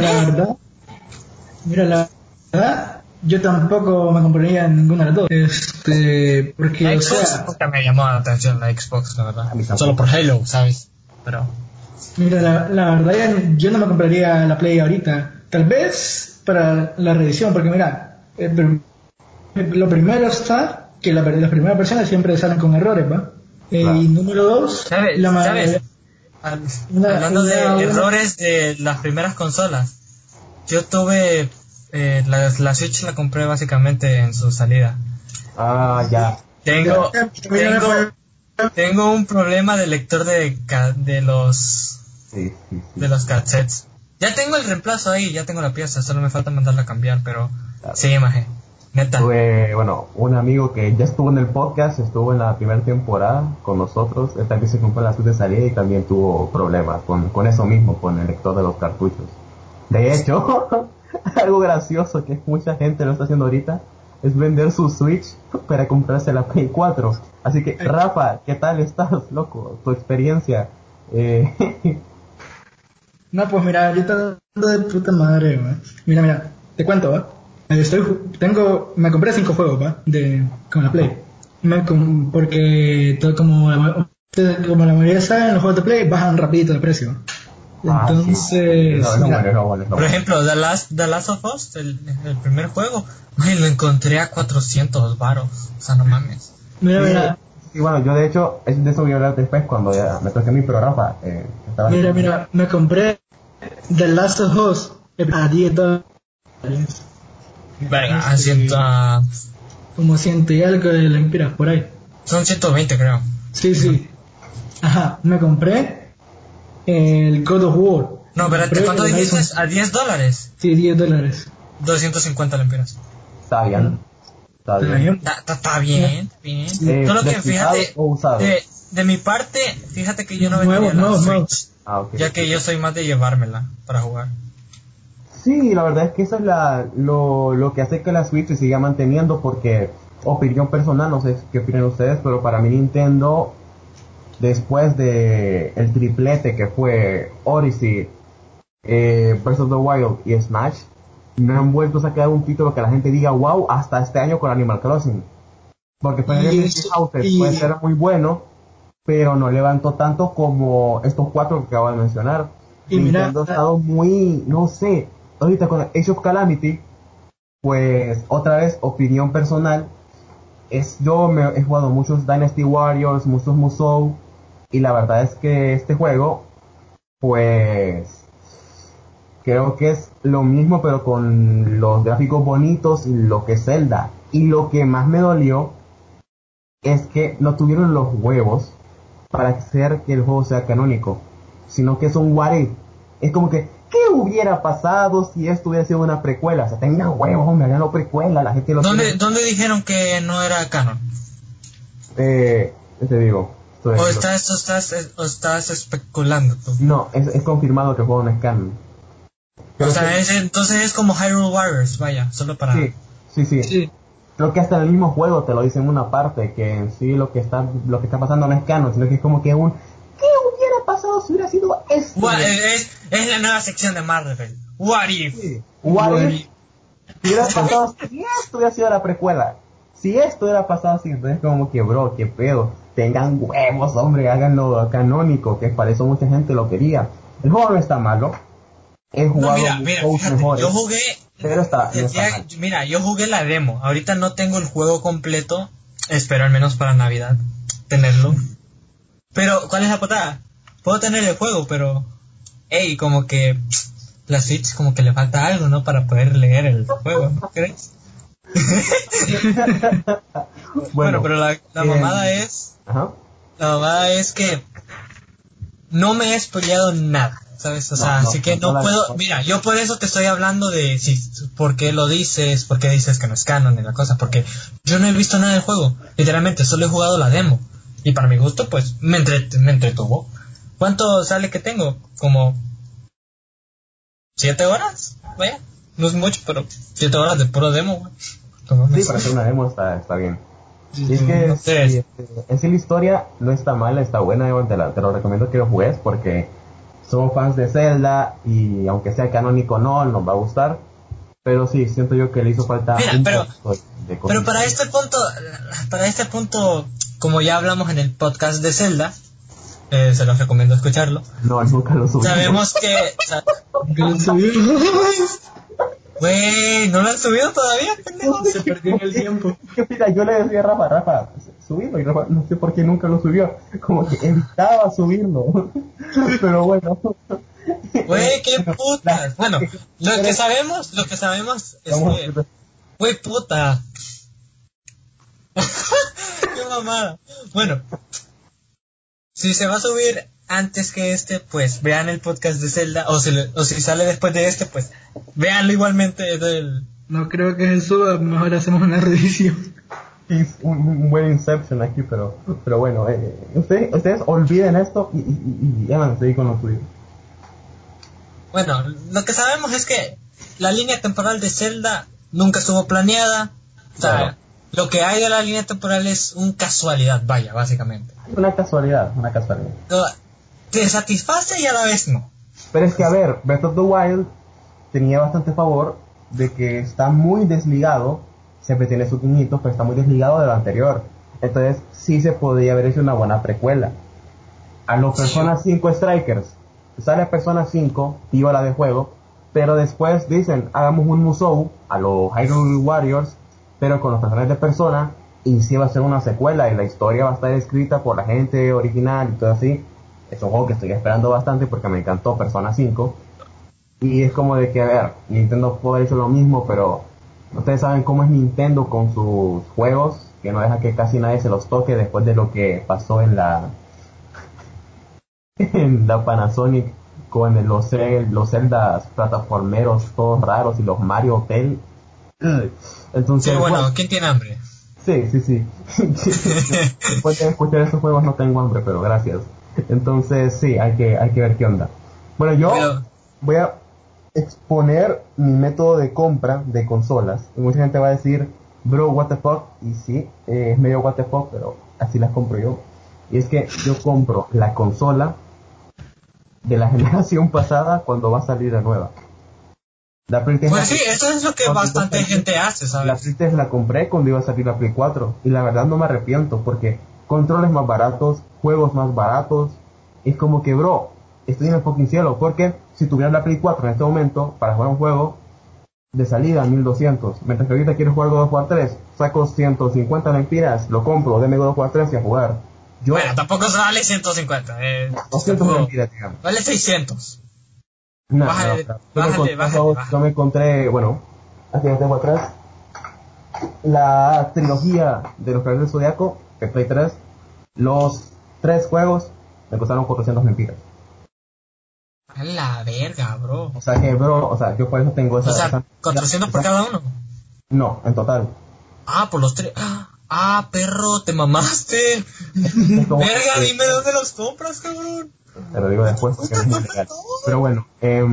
la verdad, yo tampoco me compraría ninguna de las dos. Porque, la o Xbox sea, nunca me llamó la atención, la Xbox, la verdad. A mí tampoco. Solo por Halo, ¿sabes? Pero mira, la verdad, yo no me compraría la Play ahorita. Tal vez para la reedición, porque mira, lo primero está que las primeras versiones siempre salen con errores, ¿va? Claro. Y número dos, ¿sabes? Hablando de una- errores de las primeras consolas, yo tuve la Switch la compré básicamente en su salida. Ah, ya. Tengo Mira, tengo un problema de lector de los Sí. de los cassettes. Ya tengo el reemplazo ahí, ya tengo la pieza, solo me falta mandarla a cambiar, pero Claro. sí, imagen. Neta. Tuve, bueno, un amigo que ya estuvo en el podcast, estuvo en la primera temporada con nosotros. Él también se compró la Switch de salida y también tuvo problemas con eso mismo, con el lector de los cartuchos. De hecho, algo gracioso que mucha gente lo está haciendo ahorita es vender su Switch para comprarse la Play 4. Así que, Rafa, ¿qué tal estás, loco? Tu experiencia. no, pues mira, ahorita ando de puta madre, ¿va? Mira, te cuento, ¿va? Me compré 5 juegos, ¿va? Con la Play. Porque como la mayoría saben, los juegos de Play bajan rapidito de precio. Entonces, No, mira, bueno. Por ejemplo, The Last of Us, el primer juego, ay, lo encontré a 400 varos. O sea, no mames. mira, Y bueno, yo de hecho, de eso voy a hablar después cuando ya me toque a mí, pero Rafa, mira, me compré The Last of Us a $10. Verga, Como 100 y algo de lempiras por ahí. son 120, creo. Sí. Ajá, me compré el God of War. No, Me pero compré ¿cuánto el dijiste? Horizon. ¿A $10? Sí, $10. 250 lempiras. está bien. Está Está bien. bien. Está bien. Solo que ¿desquitado fíjate, o usado? de mi parte, fíjate que yo no vendería la Nuevos. Switch, Ah, ok. ya que yo soy más de llevármela para jugar. Sí, la verdad es que eso es lo que hace que la Switch se siga manteniendo, porque, opinión personal, no sé qué opinan ustedes, pero para mí Nintendo, después de el triplete que fue Odyssey, Breath of the Wild y Smash, no han vuelto a sacar un título que la gente diga wow hasta este año con Animal Crossing. Porque Final puede ser muy bueno, pero no levantó tanto como estos 4 que acabo de mencionar. Y mira, Nintendo ha estado muy, no sé, ahorita con Age of Calamity, pues otra vez, opinión personal, yo he jugado muchos Dynasty Warriors, muchos Musou, y la verdad es que este juego, pues creo que es lo mismo pero con los gráficos bonitos y lo que es Zelda. Y lo que más me dolió es que no tuvieron los huevos para hacer que el juego sea canónico, sino que es un what if. Es como que, ¿qué hubiera pasado si esto hubiera sido una precuela? O sea, tengan huevos, hombre, hagan una precuela, la gente lo ¿Dónde dijeron que no era canon? te digo, O estás especulando tú. No, es confirmado que el juego no es canon. O sea, entonces es como Hyrule Warriors, vaya, solo para... Sí. Creo que hasta en el mismo juego te lo dicen en una parte, que en sí lo que está pasando no es canon, sino que es como que ¿qué hubiera pasado si hubiera sido esto? Es la nueva sección de Marvel. What if? Sí. What if? Si hubiera pasado, si esto hubiera sido la precuela. Si esto hubiera pasado así, entonces como que, bro, qué pedo. Tengan huevos, hombre, háganlo canónico, que para eso mucha gente lo quería. El juego no está malo. He jugado mira, juegos fíjate, mejores. yo jugué... Pero no está mal. Mira, yo jugué la demo. Ahorita no tengo el juego completo. Espero al menos para Navidad tenerlo. Pero, ¿cuál es la patada? Puedo tener el juego, pero... como que... La Switch como que le falta algo, ¿no? Para poder leer el juego, ¿no crees? Bueno, pero la mamada es... Ajá. La mamada es que... No me he spoileado nada, ¿sabes? O sea, así que no puedo... Mira, yo por eso te estoy hablando de por qué lo dices, por qué dices que no es canon y la cosa, porque yo no he visto nada del juego. Literalmente, solo he jugado la demo. Y para mi gusto, pues, me entretuvo. ¿Cuánto sale que tengo? Como... 7 horas, vaya, no es mucho, pero 7 horas de puro demo, güey. Sí, para hacer una demo está bien. Y es que en sí la historia no está mala, está buena, te lo recomiendo que lo juegues porque somos fans de Zelda y aunque sea canónico no, nos va a gustar. Pero sí, siento yo que le hizo falta pero para este punto, como ya hablamos en el podcast de Zelda, se los recomiendo escucharlo. No, nunca lo subí. Sabemos que... Güey, ¿no lo han subido todavía, pendejo? Se perdió en el tiempo. Mira, yo le decía a Rafa, subirlo, y Rafa, no sé por qué nunca lo subió. Como que evitaba subirlo. Pero bueno. Güey, qué putas. Bueno, lo que sabemos es que... Güey, puta. Qué mamada. Bueno, si se va a subir antes que pues vean el podcast de Zelda, o si sale después de pues véanlo igualmente. No creo que se suba, mejor hacemos una revisión. Es un buen Inception aquí, pero bueno, ustedes olviden esto y van a seguir con lo suyo. Bueno, lo que sabemos es que la línea temporal de Zelda nunca estuvo planeada. O sea, claro. Lo que hay de la línea temporal es una casualidad, vaya, básicamente. Una casualidad. Te satisface y a la vez no. Pero es que, a ver, Breath of the Wild tenía bastante favor de que está muy desligado, siempre tiene sus guiñitos, pero está muy desligado de lo anterior. Entonces, sí se podría haber hecho una buena precuela. A los Persona 5 Strikers, sale Persona 5, viva la de juego, pero después dicen, hagamos un Musou a los Hyrule Warriors, pero con los personajes de Persona, y sí va a ser una secuela, y la historia va a estar escrita por la gente original y todo así. Es un juego que estoy esperando bastante porque me encantó Persona 5. Y es como de que, a ver, Nintendo puede haber hecho lo mismo, pero ustedes saben cómo es Nintendo con sus juegos, que no deja que casi nadie se los toque después de lo que pasó en la Panasonic con los Zeldas plataformeros todos raros y los Mario Hotel. Entonces, sí, bueno, ¿quién tiene hambre? Sí. Después de escuchar estos juegos no tengo hambre, pero gracias. Entonces, sí, hay que ver qué onda. Bueno, yo voy a exponer mi método de compra de consolas. Y mucha gente va a decir, bro, what the fuck. Y sí, es medio what the fuck, pero así las compro yo. Y es que yo compro la consola de la generación pasada cuando va a salir la nueva. Pues sí, eso es lo que bastante gente hace, ¿sabes? La Play 3 la compré cuando iba a salir la Play 4 y la verdad no me arrepiento porque controles más baratos, juegos más baratos, es como que, bro, estoy en el fucking cielo, porque si tuviera la Play 4 en este momento para jugar un juego de salida 1200, mientras que ahorita quiero jugar God of War 3, saco 150 lempiras, lo compro, deme God of War 3 y a jugar. Bueno, tampoco vale 150, 200 lempiras, digamos. Vale 600. Bájale. Yo me encontré, bueno, aquí lo tengo atrás, la trilogía de los Caballeros del Zodiaco, de Play 3, los 3 juegos me costaron 400 lempiras. A la verga, bro. O sea que, bro, yo por eso tengo esa... O sea, 400 por cada uno. No, en total. Ah, por los 3. Ah, perro, te mamaste. Verga, dime dónde los compras, cabrón. Te lo digo después porque no es muy legal. Pero bueno,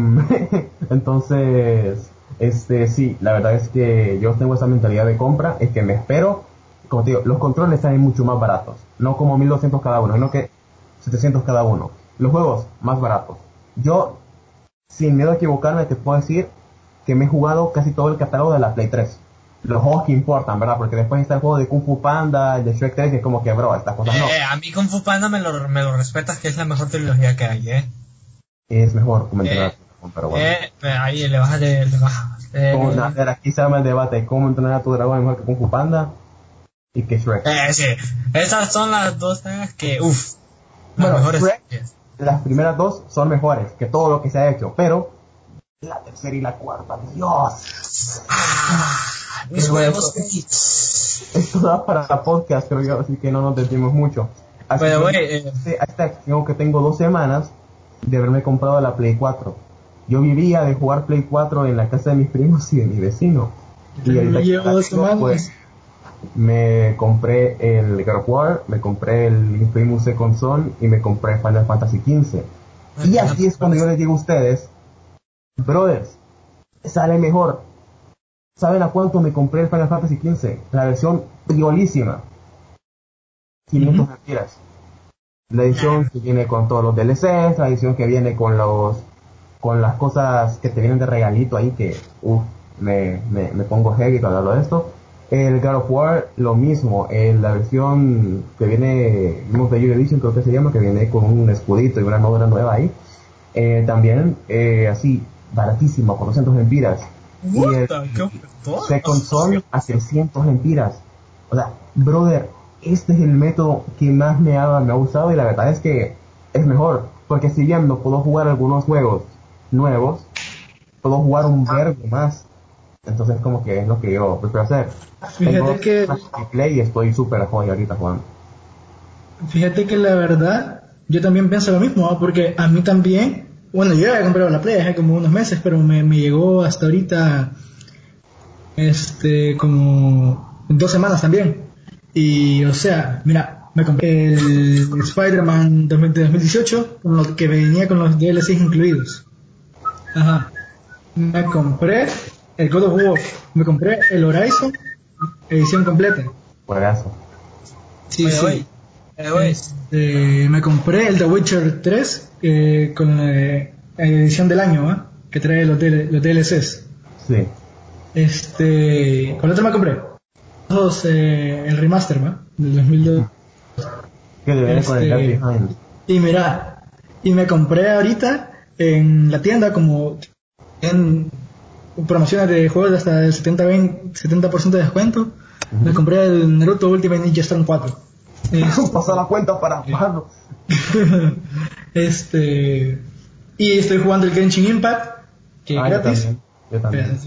entonces, sí, la verdad es que yo tengo esa mentalidad de compra, es que me espero, como te digo, los controles salen mucho más baratos, no como 1200 cada uno, sino que 700 cada uno. Los juegos más baratos. Yo, sin miedo a equivocarme, te puedo decir que me he jugado casi todo el catálogo de la Play 3. Los juegos que importan, ¿verdad? Porque después está el juego de Kung Fu Panda, el de Shrek 3, que es como que, bro, estas cosas no. A mí Kung Fu Panda me lo respetas, que es la mejor trilogía que hay, Es mejor comentar, pero bueno. Ahí le bajas. A ver, aquí se llama el debate, ¿cómo entrenar a tu dragón es mejor que Kung Fu Panda y que Shrek? Sí, esas son las dos sagas que, las bueno, mejores. Shrek, las primeras dos son mejores que todo lo que se ha hecho, pero la tercera y la cuarta, Dios. Mis huevos. Esto da para la podcast, creo yo, así que no nos desviemos mucho. Así pero, creo que tengo 2 semanas de haberme comprado la Play 4. Yo vivía de jugar Play 4 en la casa de mis primos y de mi vecino. Y me llevo 2 semanas. Pues, me compré el God of War, me compré el Infamous Second Son y me compré Final Fantasy XV. Y aquí es cuando yo les digo a ustedes, brothers, sale mejor. ¿Saben a cuánto me compré el Final Fantasy XV? La versión piolísima. 500 lempiras. La edición que viene con todos los DLCs, la edición que viene con las cosas que te vienen de regalito ahí que me pongo heavy para hablar de esto. El God of War, lo mismo, la versión que viene, vimos de Edition, creo que se llama, que viene con un escudito y una armadura nueva ahí. También, así, baratísimo, por 200 lempiras. Y el Second Son a 300 lempiras. O sea, brother, este es el método que más me ha gustado y la verdad es que es mejor. Porque si bien no puedo jugar algunos juegos nuevos, puedo jugar un verbo más. Entonces como que es lo que yo prefiero hacer. Fíjate que Play y estoy súper joya ahorita jugando. Fíjate que la verdad, yo también pienso lo mismo, ¿no? Porque a mí también, bueno, yo ya había comprado la Play hace como unos meses, pero me llegó hasta ahorita, como 2 semanas también. Y, o sea, mira, me compré el Spider-Man 2018, con lo que venía con los DLCs incluidos. Ajá. Me compré el God of War, me compré el Horizon, edición completa. Juegazo. Sí, sí. Me compré el The Witcher 3 con la edición del año, ¿eh? Que trae los DLCs. Sí. ¿Cuál otro me compré? El remaster, ¿va? Del 2002. Que viene con el Left Behind. Y mira, me compré ahorita en la tienda como en promociones de juegos de hasta el 70% de descuento. Me compré el Naruto Ultimate Ninja Storm 4. Pasa la cuenta para bajarlo. Y estoy jugando el Genshin Impact, que es gratis. Yo también.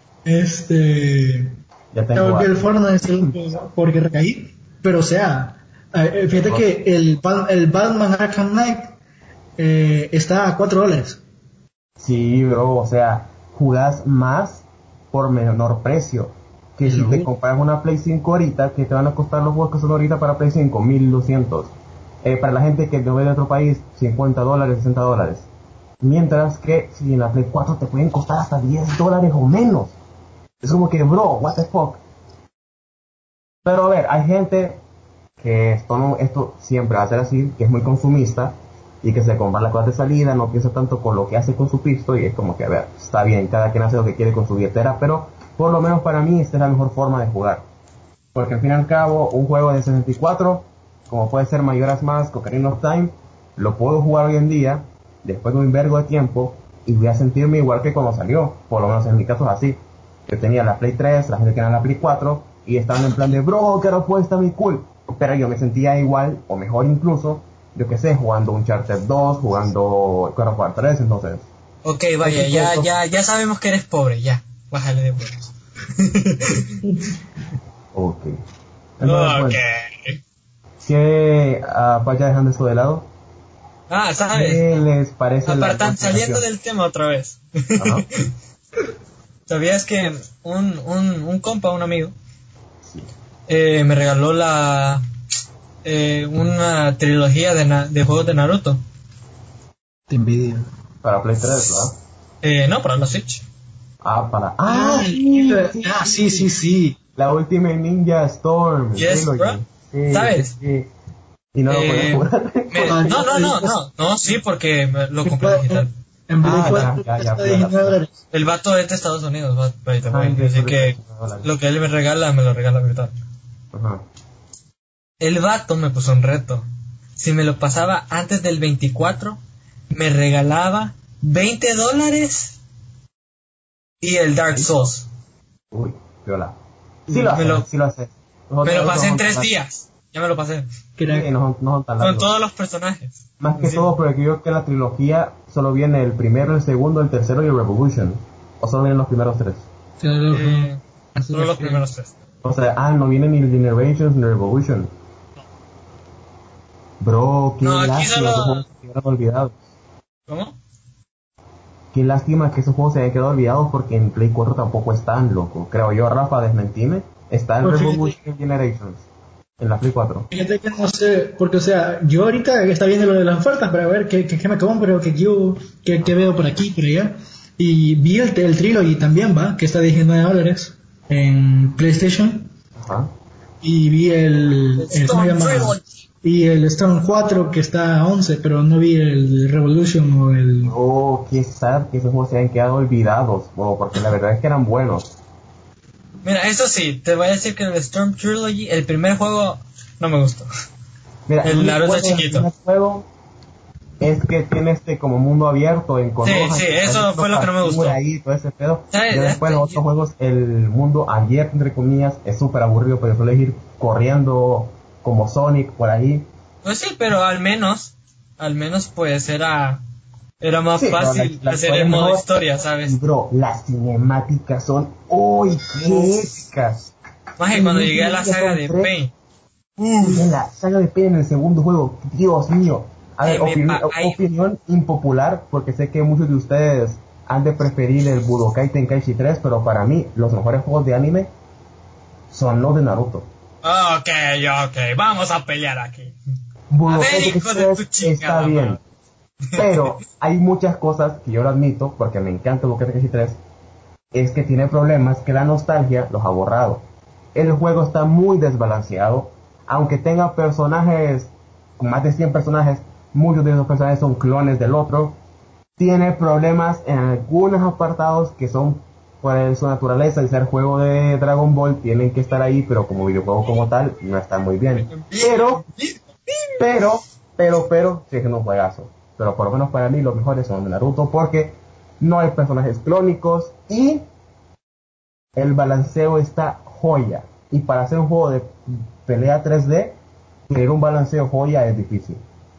Ya tengo el Fortnite porque recaí. Pero o sea, fíjate que el Batman Arkham Knight está a $4. Sí, bro, o sea, jugás más por menor precio. Que si te compras una Play 5 ahorita, que te van a costar los juegos que son ahorita para Play 5, 1200. Para la gente que no ve de otro país, $50, $60. Mientras que si en la Play 4 te pueden costar hasta $10 o menos. Es como que, bro, what the fuck. Pero a ver, hay gente que esto siempre va a ser así, que es muy consumista y que se compra las cosas de salida, no piensa tanto con lo que hace con su pisto y es como que, a ver, está bien, cada quien hace lo que quiere con su billetera, pero por lo menos para mí esta es la mejor forma de jugar. Porque al fin y al cabo, un juego de 64, como puede ser Majora's Mask o Ocarina of Time, lo puedo jugar hoy en día, después de un vergo de tiempo, y voy a sentirme igual que cuando salió, por lo menos en mi caso es así. Yo tenía la Play 3, la gente que era la Play 4, y estaban en plan de, bro, que ahora puede estar muy cool. Pero yo me sentía igual, o mejor incluso, yo que sé, jugando Uncharted 2, jugando God of War 3, entonces. Ok, vaya, ya sabemos que eres pobre, ya, bájale de huevos. Ok. Entonces, Okay. ¿qué vaya dejando esto de lado? ¿Sabes? ¿Qué les parece saliendo del tema otra vez. Ajá. ¿Sabías que un compa, un amigo, sí, me regaló una trilogía de juegos de Naruto. Te envidio. Para Play 3, ¿verdad? No, para la Switch. Sí. La Ultimate Ninja Storm. Yes, Trilogy. bro. Sí, ¿Sabes? sí. Y no lo podía jugar. No, sí, porque lo compré digital. En Play 4 ya, está $19. El vato es de Estados Unidos, by the way, Entonces, así que lo que él me regala, me lo regala virtual. Ajá. El vato me puso un reto. Si me lo pasaba antes del 24, me regalaba $20 y el Dark Souls. Uy, viola. Sí lo hace. Me lo pasé en 3 días. Ya me lo pasé. Sí, no son tan Con largos. todos los personajes. Más que todo porque creo que la trilogía solo viene el primero, el segundo, el tercero y el Revolution. O solo vienen los primeros 3. Solo los primeros 3. O sea, no viene ni el Generations ni el Revolution. Bro, qué lástima que esos juegos se quedaron olvidados. ¿Cómo? Qué lástima que esos juegos se hayan quedado olvidados porque en Play 4 tampoco están, loco. Creo yo, Rafa, desmentime. Está el Revolution Generations en la Play 4. Fíjate que no sé, porque o sea, yo ahorita está viendo lo de las ofertas para ver qué me compro, qué veo por aquí, por allá. Y vi el Trilogy también, va, que está a $19 en PlayStation. Ajá. Y vi el ¿cómo se llama? Y el Storm 4 que está a 11, pero no vi el Revolution o el... Oh, qué sad que esos juegos se hayan quedado olvidados, porque la verdad es que eran buenos. Mira, eso sí, te voy a decir que el Storm Trilogy, el primer juego, no me gustó. Mira, el Naruto chiquito. El juego es que tiene como mundo abierto en Konoha. Sí, eso fue lo que no me gustó. Ahí, todo ese pedo. ¿Sabes? Y después los otros juegos, el mundo abierto, entre comillas, es súper aburrido porque suele ir corriendo como Sonic por ahí. Pues sí, pero al menos pues era más fácil hacer el modo historia, ¿sabes? Bro, las cinemáticas son qué épicas. Más que cuando llegué a la saga de Pain. En la saga de Pain en el segundo juego, Dios mío. A ver, opinión impopular, porque sé que muchos de ustedes han de preferir el Budokai Tenkaichi 3, pero para mí los mejores juegos de anime son los de Naruto. Ok, vamos a pelear aquí. Budokai Tenkaichi 3 está bien, pero hay muchas cosas que yo lo admito, porque me encanta Budokai Tenkaichi 3, es que tiene problemas que la nostalgia los ha borrado. El juego está muy desbalanceado, aunque tenga personajes, con más de 100 personajes, muchos de esos personajes son clones del otro. Tiene problemas en algunos apartados que son por su naturaleza de ser juego de Dragon Ball, tienen que estar ahí, pero como videojuego como tal no está muy bien. Pero sí es un juegazo. Pero por lo menos para mí los mejores son de Naruto porque no hay personajes clónicos y el balanceo está joya. Y para hacer un juego de pelea 3D, tener un balanceo joya es difícil.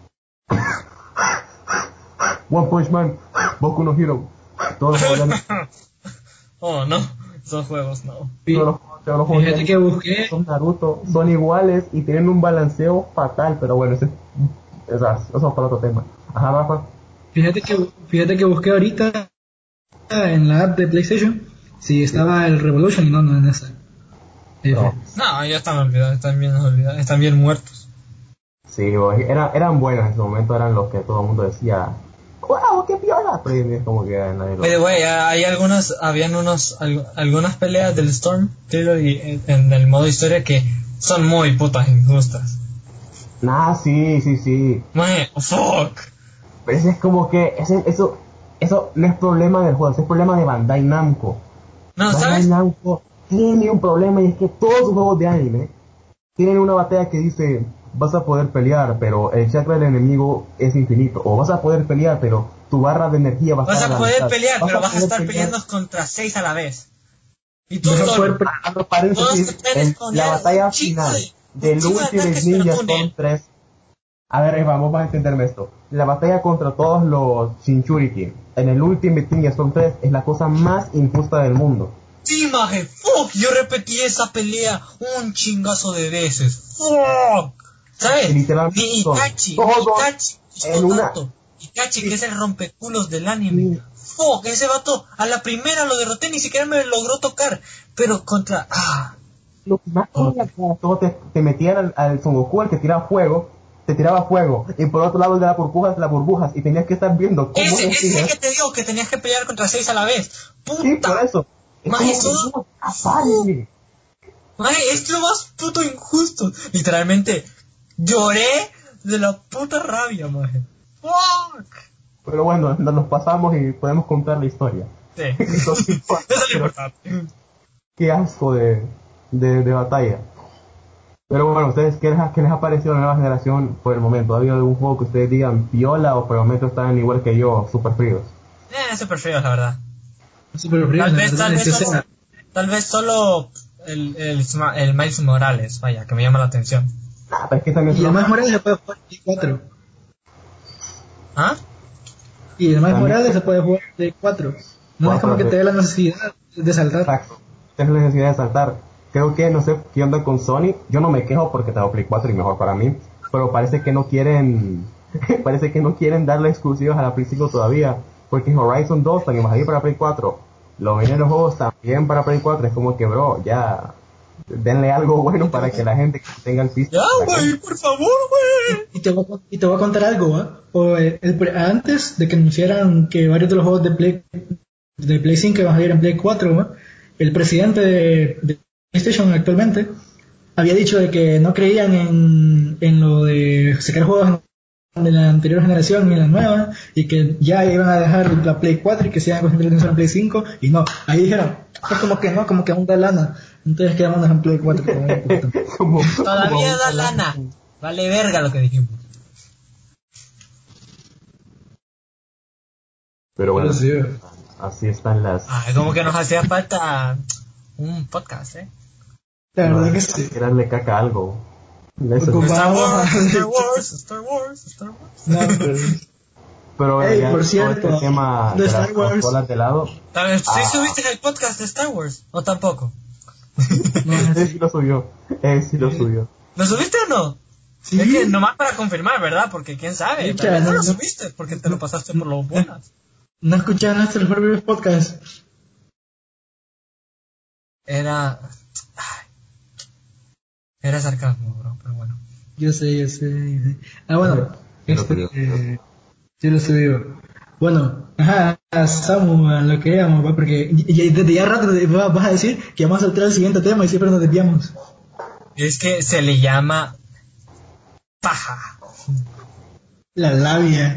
One Punch Man, Boku no Hero, todos los juegos Oh no, esos juegos no. Todos los juegos que busqué son Naruto, son iguales y tienen un balanceo fatal, pero bueno, eso es para otro tema. Ajá, Rafa. Fíjate que busqué ahorita en la app de PlayStation si estaba el Revolution y no en esa. No, ya están olvidados, están bien muertos. Sí, eran buenos en su momento, eran los que todo el mundo decía, ¡wow, qué piola! Pero es como que nadie lo... Hay algunas peleas del Storm Trilogy en el modo historia que son muy putas injustas. Sí. Fuck. Pero es como que eso no es problema del juego, es problema de Bandai Namco. ¿Sabes? Namco tiene un problema y es que todos sus juegos de anime tienen una batalla que dice vas a poder pelear, pero el chakra del enemigo es infinito, o vas a poder pelear, pero tu barra de energía va a estar... Vas a poder pelear, pero vas a estar peleando contra 6 a la vez. Y tú solo. La batalla final del Ultimate Ninja Storm 3. A ver, vamos a entenderme esto. La batalla contra todos los Shinchuriki en el Ultimate Ninja Storm 3 es la cosa más injusta del mundo. Sí, maje, fuck, yo repetí esa pelea un chingazo de veces. Fuck. ¿Sabes? Itachi, que es el rompeculos del anime. Fuck, ese vato a la primera lo derroté, ni siquiera me logró tocar. Pero contra... lo que más quería que todos te metían al Son Goku, al que tiraba fuego, te tiraba fuego, y por otro lado de las burbujas, y tenías que estar viendo cómo ese que te digo que tenías que pelear contra 6 a la vez. ¡Puta! Sí, por eso. Maje, es lo más puto injusto. Literalmente, lloré de la puta rabia, maje. ¡Fuck! Pero bueno, nos pasamos y podemos contar la historia. Sí, eso es lo importante. Qué asco de batalla. Pero bueno, ¿ustedes qué les ha parecido la nueva generación por el momento? ¿Ha habido algún juego que ustedes digan viola o por el momento están igual que yo, super fríos? Super fríos, la verdad. Super frío, Tal vez solo el Miles Morales, vaya, que me llama la atención. Pero es que también y el Miles Morales se puede jugar en Play 4. ¿Ah? Y el Miles Morales se puede jugar en Play 4. No es como que te dé la necesidad de saltar. Exacto, tienes la necesidad de saltar. Creo que no sé qué onda con Sony. Yo no me quejo porque tengo Play 4 y mejor para mí. Pero parece que no quieren darle exclusivos a la Play 5 todavía. Porque Horizon 2 también va a salir para Play 4. Lo vienen los juegos también para Play 4. Es como que, bro, ya denle algo bueno para que la gente tenga el piso. Ya, güey, por favor, güey. Y te voy a contar algo, ¿eh? Antes de que anunciaran que varios de los juegos de Play 5 iban a salir en Play 4, ¿eh? El presidente de PlayStation actualmente había dicho de que no creían en lo de sacar juegos de la anterior generación ni la nueva, y que ya iban a dejar la Play 4 y que se iban a concentrar en la Play 5, y no, ahí dijeron, pues como que no, como que aún da lana, entonces quedamos en Play 4. Todavía da lana, vale verga lo que dijimos. Pero bueno, así están las... como que nos hacía falta un podcast, La verdad que sí. Tirarle caca a algo. Star Wars. No, pero hey, ya por cierto, este tema de Star las Wars. consolas de lado. ¿Sí subiste el podcast de Star Wars? ¿O tampoco? No, sí lo subió. Sí lo subió. ¿Lo subiste o no? Sí. Es que nomás para confirmar, ¿verdad? Porque quién sabe. Tal vez no lo subiste porque te lo pasaste por los buenas. ¿No escucharon nuestros propios podcasts? Era sarcasmo, bro, pero bueno. Yo sé. Bueno, sí lo subió. Bueno, Samu, a lo que íbamos, ¿va? Porque desde ya rato vas a decir que vamos a saltar al siguiente tema y siempre nos desviamos. Es que se le llama paja. La labia.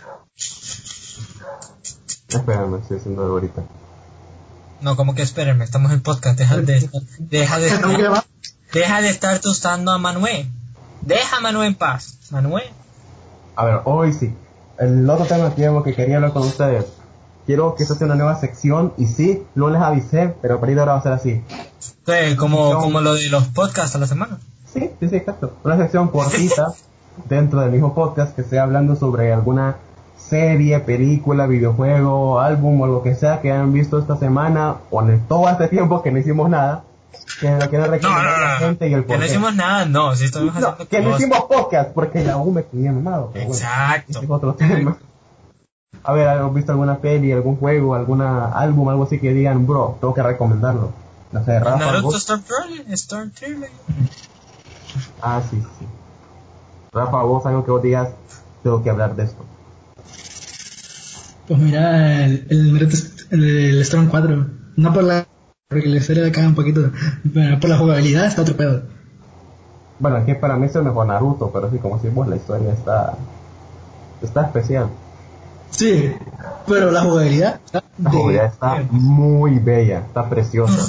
Espérame, estoy haciendo algo ahorita. No, como que espérenme, estamos en podcast, deja de estar tostando a Manuel. Deja a Manuel en paz. Manuel. A ver, hoy sí. El otro tema que quería hablar con ustedes. Quiero que esto sea una nueva sección y sí, no les avisé, pero a partir de ahora va a ser así. Sí, como lo de los podcasts a la semana. Sí, exacto. Una sección cortita dentro del mismo podcast que sea hablando sobre alguna serie, película, videojuego, álbum o lo que sea que hayan visto esta semana o en todo este tiempo que no hicimos nada. Que lo quiero recomendar a la gente y el que no hicimos nada, no, sí estuvimos haciendo que no hicimos podcast porque la U me tenía mamado. Exacto. Bueno, es otro tema. A ver, ¿has visto alguna peli, algún juego, alguna álbum, algo así que digan, bro, tengo que recomendarlo? No sé, Rafa. Naruto Star Trailer. Ah, sí. Rafa, vos algo que vos digas, tengo que hablar de esto. Pues mira, el Storm 4, no porque la historia le cae un poquito, pero por la jugabilidad está otro pedo. Bueno, es que para mí es el mejor Naruto, pero sí, como decimos, la historia está especial. Sí, pero la jugabilidad está muy bella, está preciosa.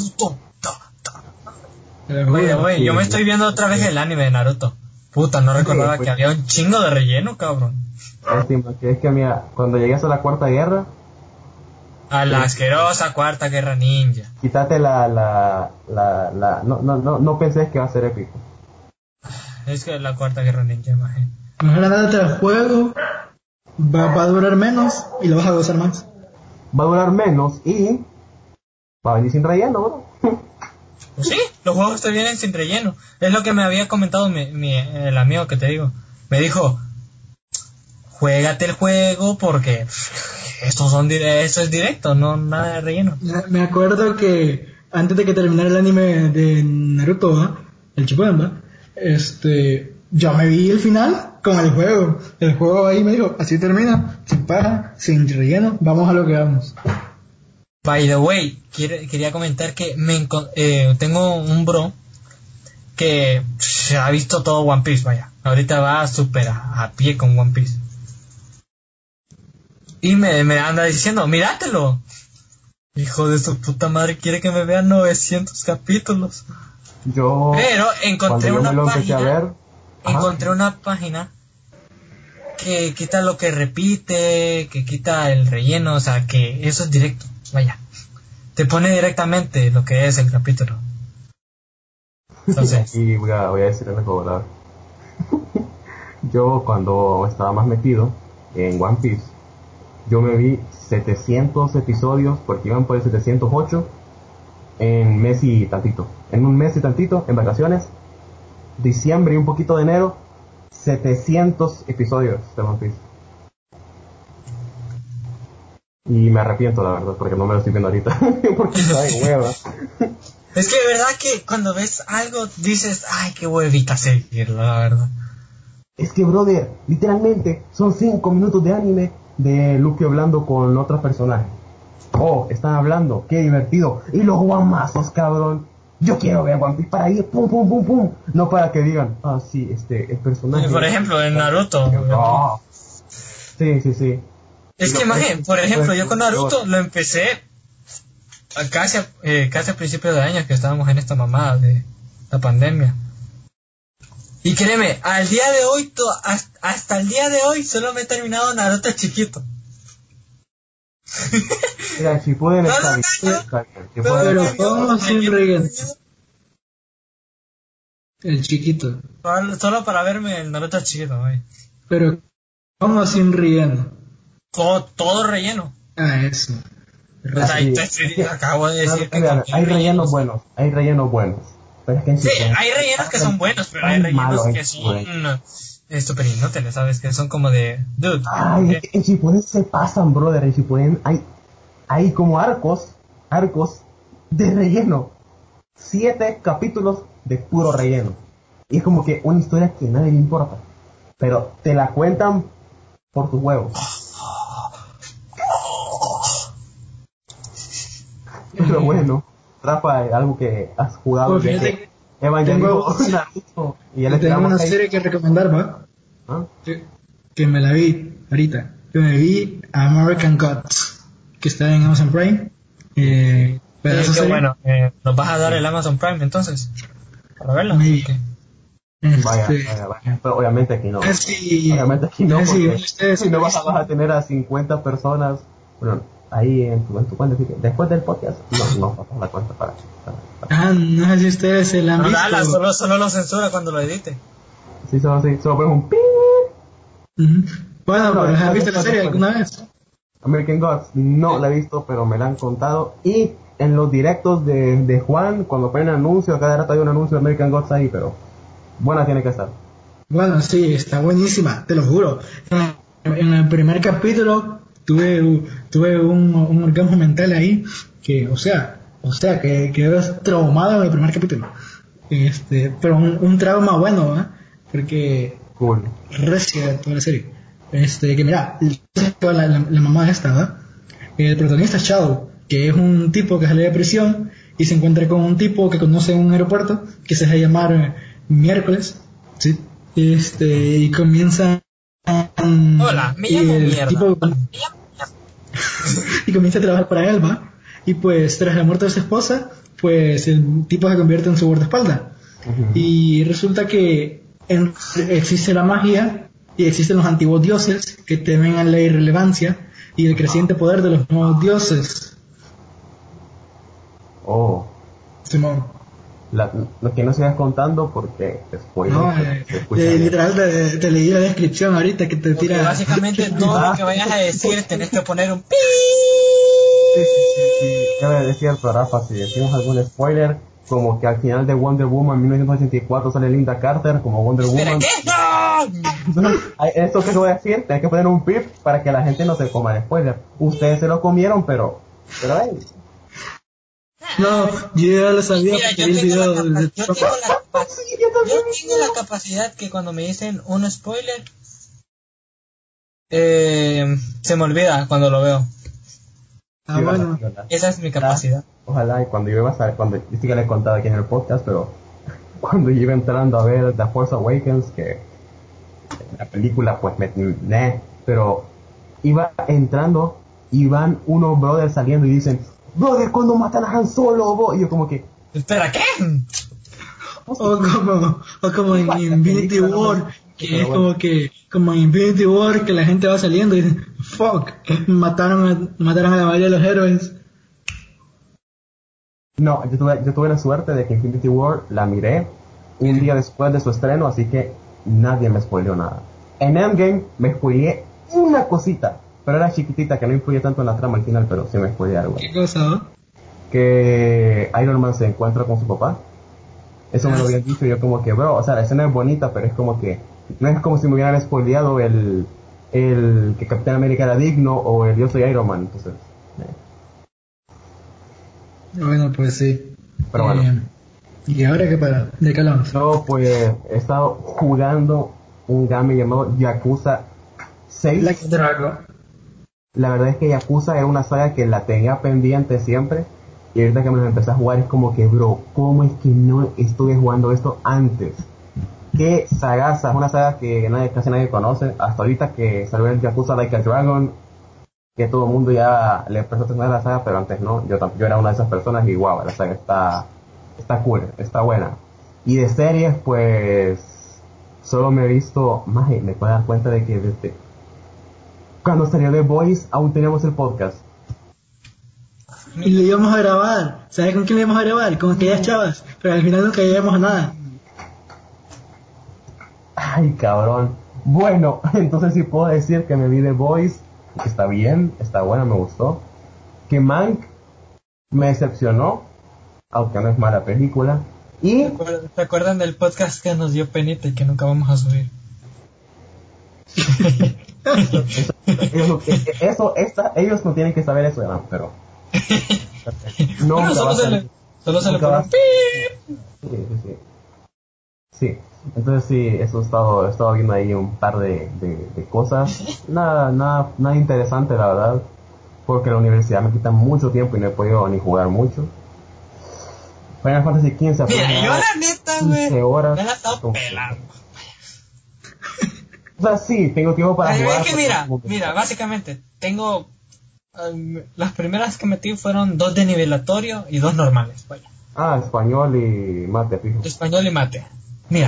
Oye, yo me estoy viendo otra vez el anime de Naruto. Puta, no recordaba que había un chingo de relleno, cabrón. Es que mira, cuando llegues a la Cuarta Guerra, a la asquerosa Cuarta Guerra Ninja, quítate no pensés que va a ser épico. Es que la Cuarta Guerra Ninja, imagínate. Mejor andate al juego, va a durar menos y lo vas a gozar más. Va a durar menos y va a venir sin relleno, bro. Pues sí, los juegos te vienen sin relleno. Es lo que me había comentado el amigo que te digo. Me dijo, juégate el juego porque esto es directo, no nada de relleno. Me acuerdo que antes de que terminara el anime de Naruto, ¿va? El Shippuden, ¿va? Yo me vi el final con el juego. El juego ahí me dijo, así termina, sin paja, sin relleno, vamos a lo que vamos. By the way, quería comentar que tengo un bro que ha visto todo One Piece, vaya. Ahorita va súper a pie con One Piece. Y me anda diciendo, míratelo. Hijo de su puta madre, quiere que me vean 900 capítulos. Pero encontré una página que quita lo que repite, que quita el relleno, o sea, que eso es directo, vaya. Te pone directamente lo que es el capítulo. Entonces, y voy a decir una cosa. Yo cuando estaba más metido en One Piece, yo me vi 700 episodios porque iban por el 708 en un mes y tantito, en vacaciones, diciembre y un poquito de enero, 700 episodios de One Piece. Y me arrepiento, la verdad, porque no me lo estoy viendo ahorita, porque está de hueva. Es que de verdad que cuando ves algo dices, ay, qué huevita seguirlo, la verdad. Es que, brother, literalmente son 5 minutos de anime de Luffy hablando con otros personajes. Oh, están hablando, qué divertido. Y los guamazos, cabrón. Yo quiero ver One Piece para ir, pum, pum, pum, pum. No para que digan, sí, el personaje. Por ejemplo, en Naruto. Oh. Sí. Es que imagínate, por ejemplo, yo con Naruto lo empecé casi a principios de año que estábamos en esta mamada de la pandemia. Y créeme, al día de hoy, hasta el día de hoy, solo me he terminado Naruto chiquito. Mira, si pueden estar pero ¿cómo sin relleno? El chiquito. Solo para verme el Naruto chiquito, güey. Pero ¿cómo sin relleno? Todo relleno. Eso. Acabo de decir que hay rellenos buenos. Pero es que sí, hay rellenos que son buenos, pero hay rellenos que son súper inútiles, ¿sabes? Que son como de... Dude. Ay, en Shippuden se pasan, brother. En Shippuden hay como arcos de relleno. 7 capítulos de puro relleno. Y es como que una historia que a nadie le importa. Pero te la cuentan por tus huevos. Pero bueno, Rafa, algo que has jugado desde Evangelion Naruto y tengo una serie que recomendar, ¿va? ¿Ah? Que me la vi ahorita. Que me vi American Gods, que está en Amazon Prime. Pero qué bueno, ¿nos vas a dar el Amazon Prime entonces? ¿Para verlo? Vaya. Pero obviamente aquí no. Obviamente aquí no, porque si no vas a tener a 50 personas. Bueno, ahí en tu cuenta, después del podcast, no pasas la cuenta para. No sé si ustedes se la han visto. Solo lo censura cuando lo edite. Sí, solo ponemos un pi. Bueno, pero ¿has visto la serie alguna vez? American Gods, no la he visto, pero me la han contado. Y en los directos de Juan, cuando ponen anuncios, cada rato hay un anuncio de American Gods ahí, pero buena tiene que estar. Bueno, sí, está buenísima, te lo juro. En el primer capítulo tuve un orgasmo mental ahí, que, o sea, que quedé traumado en el primer capítulo. Pero un trauma bueno, ¿eh? Porque cool. Recia toda la serie. Que mira, la mamá esta, ¿verdad? El protagonista es Shadow, que es un tipo que sale de prisión y se encuentra con un tipo que conoce en un aeropuerto que se hace llamar Miércoles, ¿sí? Y comienza hola, me llamo Mierda. Y comienza a trabajar para él, ¿va? Y pues tras la muerte de su esposa, pues el tipo se convierte en su guardaespaldas. Y resulta que existe la magia y existen los antiguos dioses que temen a la irrelevancia y el creciente poder de los nuevos dioses. Oh. Simón. Lo que no sigas contando porque spoiler. No, literal te leí la descripción ahorita que te tira. Básicamente todo lo que vayas a decir tenés que poner un pi. Sí. Es cierto, Rafa, si decimos algún spoiler, como que al final de Wonder Woman 1984 sale Linda Carter como Wonder Woman. ¿Qué? ¡No! Esto que voy a decir, tenés que poner un pip para que la gente no se coma el spoiler. Ustedes se lo comieron, pero hey. No, yo ya lo sabía Mira, porque yo vi el tengo video la, de yo tengo la capacidad que cuando me dicen un spoiler, se me olvida cuando lo veo. Ah, bueno. Esa es mi capacidad. Ojalá, y cuando yo iba a saber, cuando yo sí que le he contado aquí en el podcast, pero cuando yo iba entrando a ver The Force Awakens, que la película pues pero iba entrando y van unos brothers saliendo y dicen, brother, ¿cuándo matan a Han Solo? Bo? Y yo como que, ¿Espera qué? O como en Infinity War, que es como en Infinity War, que la gente va saliendo y dicen, fuck, mataron a la mayoría de los héroes. no, yo tuve la suerte de que Infinity War la miré un día después de su estreno, así que nadie me spoileó nada. En Endgame me spoileé una cosita, pero era chiquitita, que no influye tanto en la trama al final, pero sí me spoileé algo. ¿Qué cosa? ¿No? Que Iron Man se encuentra con su papá. Eso me lo habían dicho y yo como que, bro, o sea, la escena es bonita, pero es como que, no es como si me hubieran spoileado el que Capitán América era digno o el yo soy Iron Man, entonces. Bueno, pues sí. Pero bueno. ¿Y ahora qué para? ¿De qué hablamos? Yo pues he estado jugando un game llamado Yakuza 6. Black Dragon. La verdad es que Yakuza era una saga que la tenía pendiente siempre. Y ahorita que me lo empecé a jugar es como que, bro, ¿cómo es que no estuve jugando esto antes? Qué sagaza, es una saga que casi nadie conoce. Hasta ahorita que salió el Yakuza Like a Dragon, que todo el mundo ya le empezó a tener la saga, pero antes no. Yo era una de esas personas y wow, la saga está cool, está buena. Y de series, pues, solo me he visto, me puedo dar cuenta de que desde cuando salió The Voice aún teníamos el podcast. Y lo íbamos a grabar. ¿Sabes con quién lo íbamos a grabar? Con aquellas chavas. Pero al final nunca llegamos a nada. Ay, cabrón. Bueno, entonces sí puedo decir que me vi The Voice, que está bien, está buena, me gustó. Que Mank me decepcionó, aunque no es mala película. Y ¿Se acuerdan del podcast que nos dio penita y que nunca vamos a subir? ellos no tienen que saber eso, ¿no? Pero no, bueno, solo se le pone un pip. Sí. Sí, entonces sí, eso he estado viendo ahí un par de cosas. Nada interesante, la verdad, porque la universidad me quita mucho tiempo y no he podido ni jugar mucho. Final Fantasy XV. Mira, yo la neta, güey, 15 horas. me la he estado pelando. O sea, sí, tengo tiempo para jugar. Es que mira, básicamente, tengo... las primeras que metí fueron 2 de nivelatorio y 2 normales, vaya. Español y mate, fijo. Español y mate. Mira,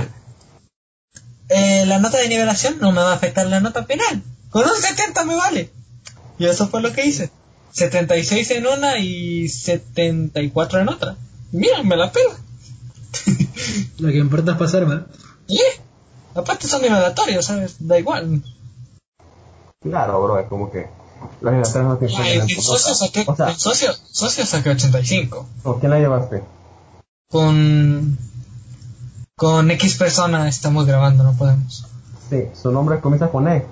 la nota de nivelación no me va a afectar la nota final. Con un 70 me vale. Y eso fue lo que hice. 76 en una y 74 en otra. Mira, me la pela. Lo que importa es pasar, ¿verdad? Y aparte son nivelatorios, ¿sabes? Da igual. Claro, bro, es como que las nivelatorias no te influyen en tu nota. Socio saqué 85. ¿Con quién la llevaste? Con X persona estamos grabando, no podemos. Sí, su nombre comienza con E.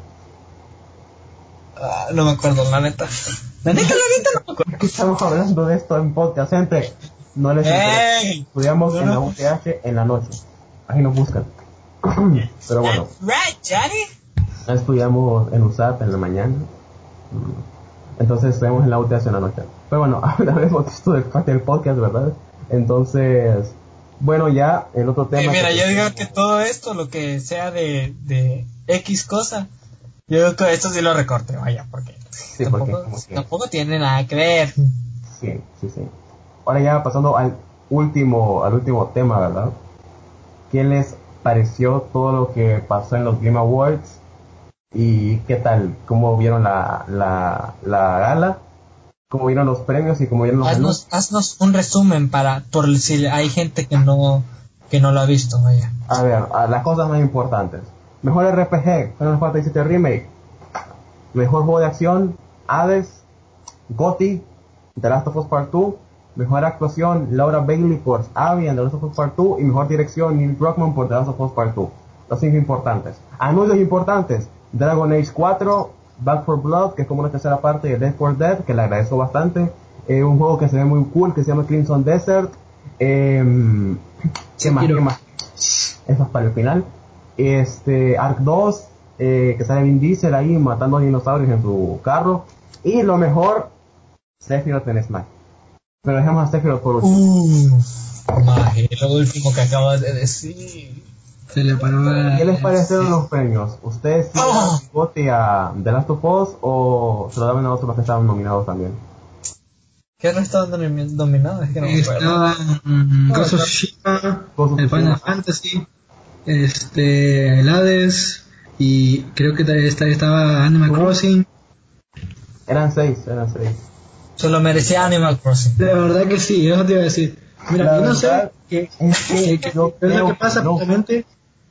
No me acuerdo, la neta. La neta no me acuerdo. ¿Por qué estamos hablando de esto en podcast, gente? No les interesa. Estudiamos en la UTH en la noche. Ahí nos buscan. Pero bueno. Right, Johnny. Estudiamos en USAP en la mañana. Entonces estudiamos en la UTH en la noche. Pero bueno, hablaremos de esto del podcast, ¿verdad? Entonces, bueno, ya el otro tema. Mira, yo digo que todo esto, lo que sea de X cosa, yo digo que esto sí lo recorte, vaya, porque, sí, tampoco tiene nada que ver. Sí. Ahora ya pasando al último tema, ¿verdad? ¿Qué les pareció todo lo que pasó en los Game Awards? ¿Y qué tal? ¿Cómo vieron la gala? ¿Cómo vieron los premios y cómo vieron los Haznos un resumen por si hay gente que no lo ha visto, vaya. A ver, las cosas más importantes. Mejor RPG, Final Fantasy VII Remake. Mejor juego de acción, Hades, GOTY, The Last of Us Part 2. Mejor actuación, Laura Bailey por Abby en The Last of Us Part 2. Y mejor dirección, Neil Druckmann por The Last of Us Part 2. Los 5 importantes. Anuncios importantes, Dragon Age 4, Back 4 Blood, que es como una tercera parte de Left 4 Dead, que le agradezco bastante. un juego que se ve muy cool que se llama Crimson Desert. ¿Qué más? ¿Qué más? Eso es para el final. Ark 2, que sale Vin Diesel ahí matando dinosaurios en su carro. Y lo mejor, Sephiroth en Smash. Pero dejemos a Sephiroth por último. Maje, lo último que acabas de decir. Se le paró ¿Qué les parecieron los premios? ¿Ustedes sí dan bote a The Last of Us o se lo daban a otros que estaban nominados también? ¿Qué no estaban dominados? Es que no me acuerdo. Estaban Ghost of Tsushima, el Final Fantasy, el Hades, y creo que estaba Animal Crossing. Eran seis. Se lo merecía Animal Crossing. De verdad que sí, eso te iba a decir. Mira, La yo no sé verdad qué es lo que pasa realmente.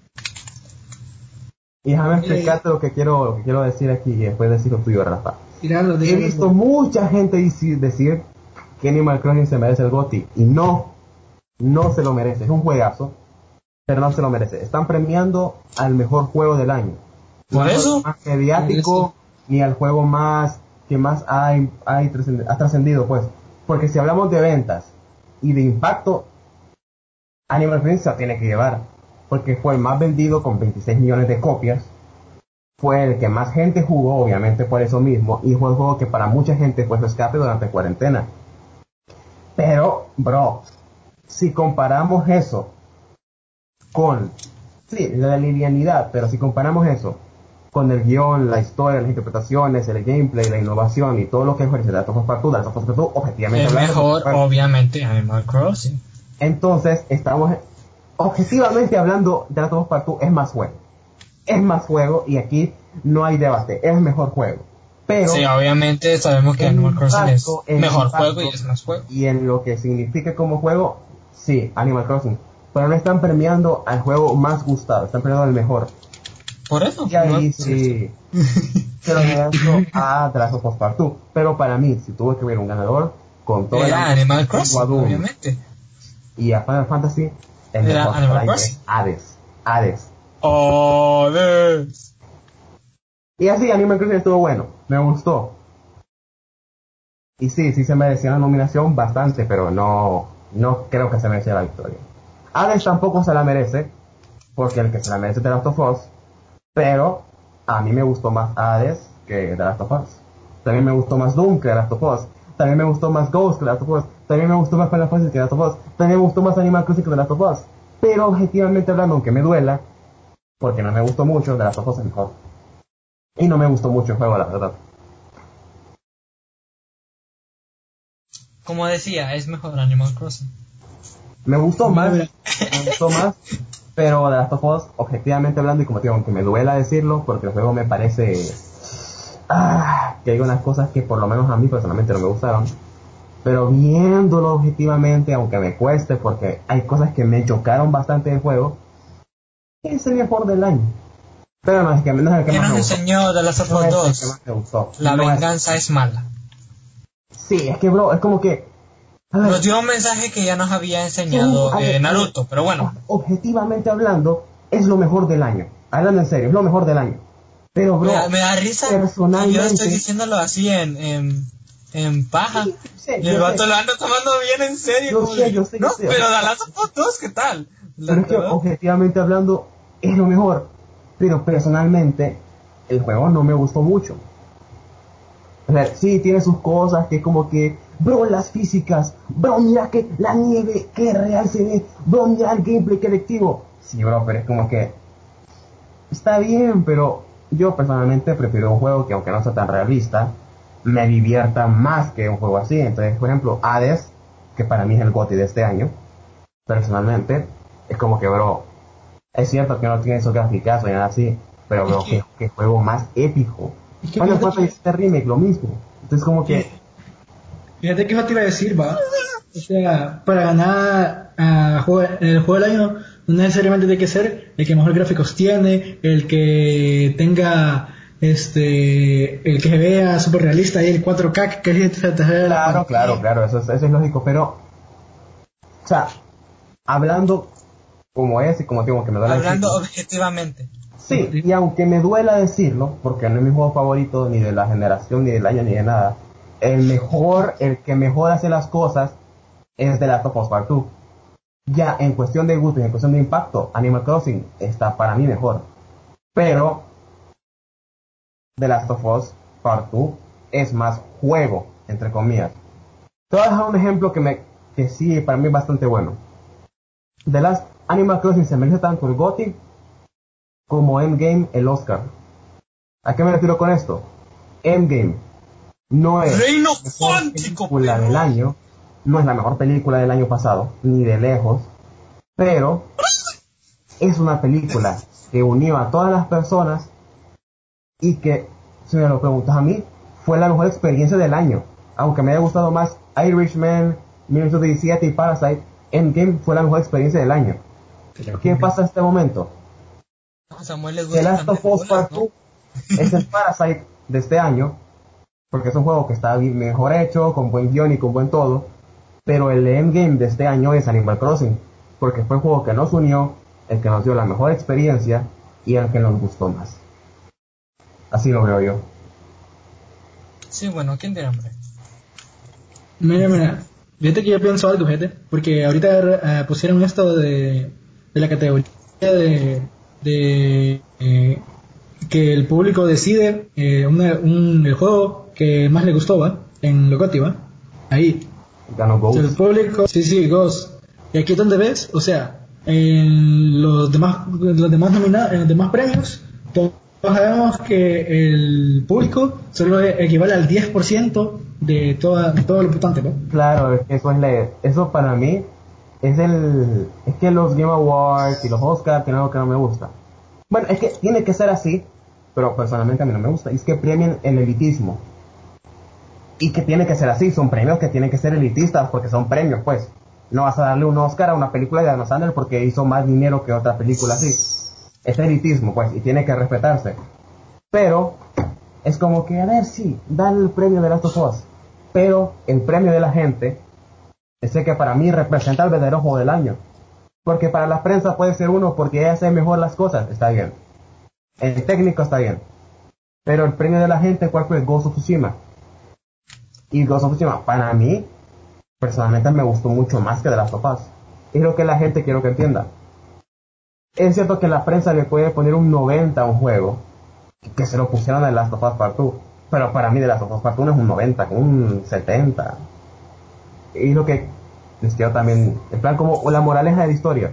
Y déjame explicarte lo que quiero decir aquí y después decir lo tuyo, Rafa. He visto mucha gente decir que Animal Crossing se merece el GOTY y no se lo merece. Es un juegazo, pero no se lo merece. Están premiando al mejor juego del año. ¿Por eso? Más mediático ni al juego más que más ha trascendido, pues. Porque si hablamos de ventas y de impacto, Animal Crossing se lo tiene que llevar. Porque fue el más vendido con 26 millones de copias. Fue el que más gente jugó, obviamente por eso mismo. Y fue el juego que para mucha gente fue su escape durante cuarentena. Pero, bro, si comparamos eso con, sí, la linealidad, pero si comparamos eso con el guión, la historia, las interpretaciones, el gameplay, la innovación y todo lo que ofrece The Last of Us Part 2, objetivamente es mejor, obviamente, Animal Crossing. Entonces, estamos objetivamente hablando, The Last of Us Part 2 es más juego y aquí no hay debate, es mejor juego. Pero sí, obviamente sabemos que Animal Crossing es mejor juego y es más juego. Y en lo que significa como juego, sí, Animal Crossing. Pero no están premiando al juego más gustado, están premiando al mejor. Por eso. Y ahí sí se lo merezco a The Last of Us Part 2. Pero para mí, si tuve que ver un ganador, con todo era Animal Crossing, obviamente. Y a Final Fantasy, el era mejor Animal Crossing. Hades. Hades. Y así, Animal Crossing estuvo bueno, me gustó. Y sí se merecía la nominación bastante, pero no creo que se merecía la victoria. Hades tampoco se la merece, porque el que se la merece es The Last of Us, pero a mí me gustó más Hades que The Last of Us. También me gustó más Doom que The Last of Us. También me gustó más Ghost que The Last of Us. También me gustó más Final Fantasy que The Last of Us. También me gustó más Animal Crossing que The Last of Us. Pero objetivamente hablando, aunque me duela, porque no me gustó mucho, The Last of Us es mejor. Y no me gustó mucho el juego, la verdad. Como decía, es mejor Animal Crossing. Me gustó más, pero The Last of Us, objetivamente hablando, y como te digo, aunque me duela decirlo, porque el juego me parece que hay unas cosas que por lo menos a mí personalmente no me gustaron, pero viéndolo objetivamente, aunque me cueste, porque hay cosas que me chocaron bastante del juego, es el mejor del año. Pero no, es que no es el que ¿Qué más nos me gustó. enseñó The Last of Us 2? La venganza es mala. Sí, es que bro, es como que nos dio un mensaje que ya nos había enseñado Naruto, pero bueno. Objetivamente hablando, es lo mejor del año. Hablando en serio, es lo mejor del año. Pero bro, me da risa personalmente, que yo estoy diciéndolo así en paja. Sí, y el vato lo anda tomando bien en serio. Yo sé. Pero The Last of Us 2, ¿qué tal? Pero es que objetivamente hablando, es lo mejor. Pero personalmente, el juego no me gustó mucho. O sea, sí tiene sus cosas que como que, bro, las físicas, bro, mira que la nieve, que real se ve, bro, mira el gameplay, que adictivo. Sí, bro, pero es como que está bien, pero yo personalmente prefiero un juego que aunque no sea tan realista, me divierta más que un juego así. Entonces, por ejemplo, Hades, que para mí es el GOTY de este año, personalmente, es como que, bro, es cierto que no tiene esos graficazos y nada así, pero bro, que juego más épico. Final Fantasy VII Remake, lo mismo. Entonces como que... Fíjate que eso te iba a decir, va. O sea, para ganar el juego del año, no necesariamente tiene que ser el que mejor gráficos tiene, el que tenga el que se vea super realista y el 4K que Claro, eso es lógico, pero o sea, hablando como es y como digo que me duele hablando decirlo, objetivamente. Sí, y aunque me duela decirlo, porque no es mi juego favorito ni de la generación, ni del año, ni de nada, el que mejor hace las cosas es The Last of Us Part 2. Ya en cuestión de gusto y en cuestión de impacto, Animal Crossing está para mí mejor. Pero The Last of Us Part 2 es más juego, entre comillas. Te voy a dejar un ejemplo que sí, para mí es bastante bueno. The Last Animal Crossing se merece tanto el GOTY como Endgame el Oscar. ¿A qué me refiero con esto? Endgame no es Reino la mejor cuántico, película del año, no es la mejor película del año pasado, ni de lejos, pero es una película que unió a todas las personas y que, si me lo preguntas a mí, fue la mejor experiencia del año. Aunque me haya gustado más Irishman, 1917 y Parasite, Endgame fue la mejor experiencia del año. ¿Qué pasa en este momento? A Samuel le The gusta Last of Us Part 2 es el Parasite de este año, porque es un juego que está mejor hecho, con buen guión y con buen todo, pero el Endgame de este año es Animal Crossing, porque fue el juego que nos unió, el que nos dio la mejor experiencia y el que nos gustó más. Así lo veo yo. Sí, bueno, ¿quién tiene hambre? Mira, fíjate que yo pienso algo, fíjate, porque ahorita pusieron esto de la categoría de que el público decide el juego que más le gustó, ¿va? En lo GOTY, ¿va? Ahí. Ganó Ghost. El público, sí, Ghost. Y aquí es donde ves, o sea, en los demás nominados, en los demás premios, todos sabemos que el público solo equivale al 10% de todo lo votante, ¿no? Claro, eso para mí es que los Game Awards y los Oscars tienen algo que no me gusta. Bueno, es que tiene que ser así, pero personalmente a mí no me gusta. Y es que premien el elitismo. Y que tiene que ser así, son premios que tienen que ser elitistas porque son premios, pues. No vas a darle un Oscar a una película de Adam Sandler porque hizo más dinero que otra película así. Es elitismo, pues, y tiene que respetarse. Pero es como que, a ver, sí, dale el premio de Last of Us. Pero el premio de la gente es el que para mí representa el verdadero juego del año. Porque para la prensa puede ser uno porque ella hace mejor las cosas, está bien. El técnico está bien. Pero el premio de la gente, ¿cuál fue? Ghost of Tsushima. Y Ghost of Tsushima, para mí, personalmente me gustó mucho más que The Last of Us. Es lo que la gente quiero que entienda. Es cierto que la prensa le puede poner un 90 a un juego, que se lo pusieron a The Last of Us Part 2. Pero para mí The Last of Us Part 1 es un 90, con un 70. Y lo que les quiero también, en plan como la moraleja de la historia.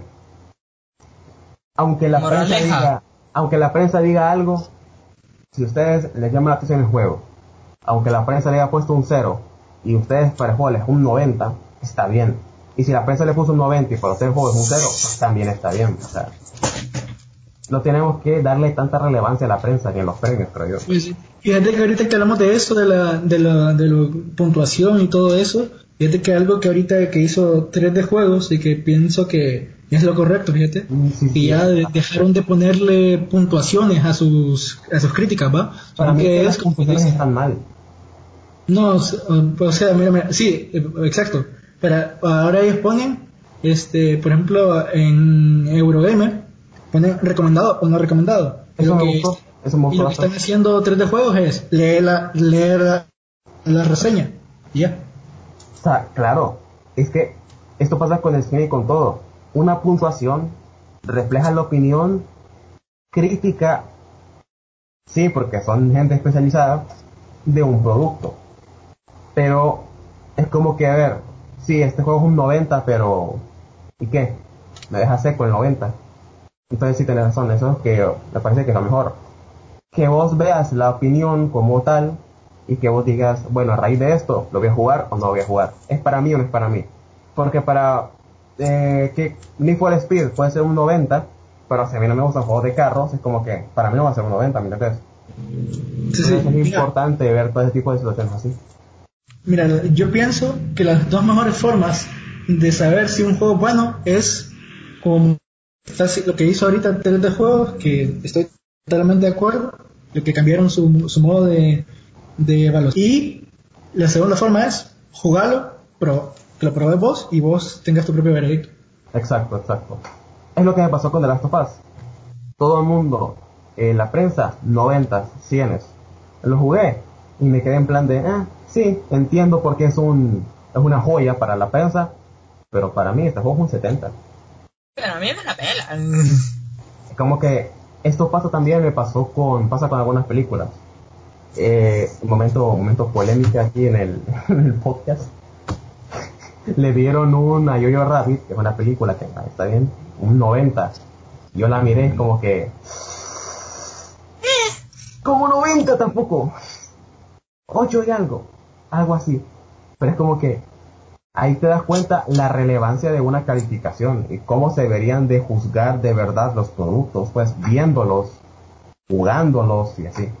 Aunque aunque la prensa diga algo, si ustedes les llama la atención el juego, aunque la prensa le haya puesto un 0 y ustedes para el juego les un 90, está bien. Y si la prensa le puso un 90 y para ustedes el juego es un 0, pues también está bien. O sea, no tenemos que darle tanta relevancia a la prensa ni a los premios, creo yo. Pues, sí. Fíjate que ahorita que hablamos de eso, de la puntuación y todo eso, fíjate que algo que ahorita que hizo 3D Juegos y que pienso que es lo correcto, fíjate, Sí, y ya dejaron de ponerle puntuaciones a sus críticas, ¿va? Para mí Que las es como puntuaciones dicen, están mal. no, o sea, mira, sí, exacto, pero ahora ellos ponen, por ejemplo, en Eurogamer, ponen recomendado o no recomendado. Eso Lo me que gustó, eso me y gustó lo que están bastante. haciendo 3D Juegos es leer la reseña. Y ya. O sea, claro, es que esto pasa con el cine y con todo. Una puntuación refleja la opinión crítica, sí, porque son gente especializada, de un producto. Pero es como que, a ver, sí, este juego es un 90, pero ¿y qué? Me deja seco el 90. Entonces sí tenés razón, eso es que me parece que es lo mejor. Que vos veas la opinión como tal y que vos digas, bueno, a raíz de esto, ¿lo voy a jugar o no lo voy a jugar? ¿Es para mí o no es para mí? Porque para que Need for Speed puede ser un 90, pero si a mí no me gustan juegos de carros, es como que para mí no va a ser un 90, ¿me entiendes? Sí, Entonces es mira, importante ver todo ese tipo de situaciones así. mira, yo pienso que las dos mejores formas de saber si un juego es bueno es como lo que hizo ahorita 3D Juegos, que estoy totalmente de acuerdo, lo que cambiaron su modo de evaluación. Y la segunda forma es jugarlo, pero que lo probes vos y vos tengas tu propio veredicto. Exacto, exacto. Es lo que me pasó con The Last of Us. Todo el mundo, la prensa, 90, 100. Lo jugué Y me quedé en plan de, sí, entiendo porque es una joya para la prensa, pero para mí este juego es un 70. Pero a mí me la pela. Como que esto pasa también, pasa con algunas películas. Momento polémica aquí en el, en el podcast. Le dieron a Jojo Rabbit, que es una película que está bien, un 90. Yo la miré como que... Como 90 tampoco. 8 y algo así. Pero es como que ahí te das cuenta la relevancia de una calificación y cómo se deberían de juzgar de verdad los productos, pues viéndolos, jugándolos y así.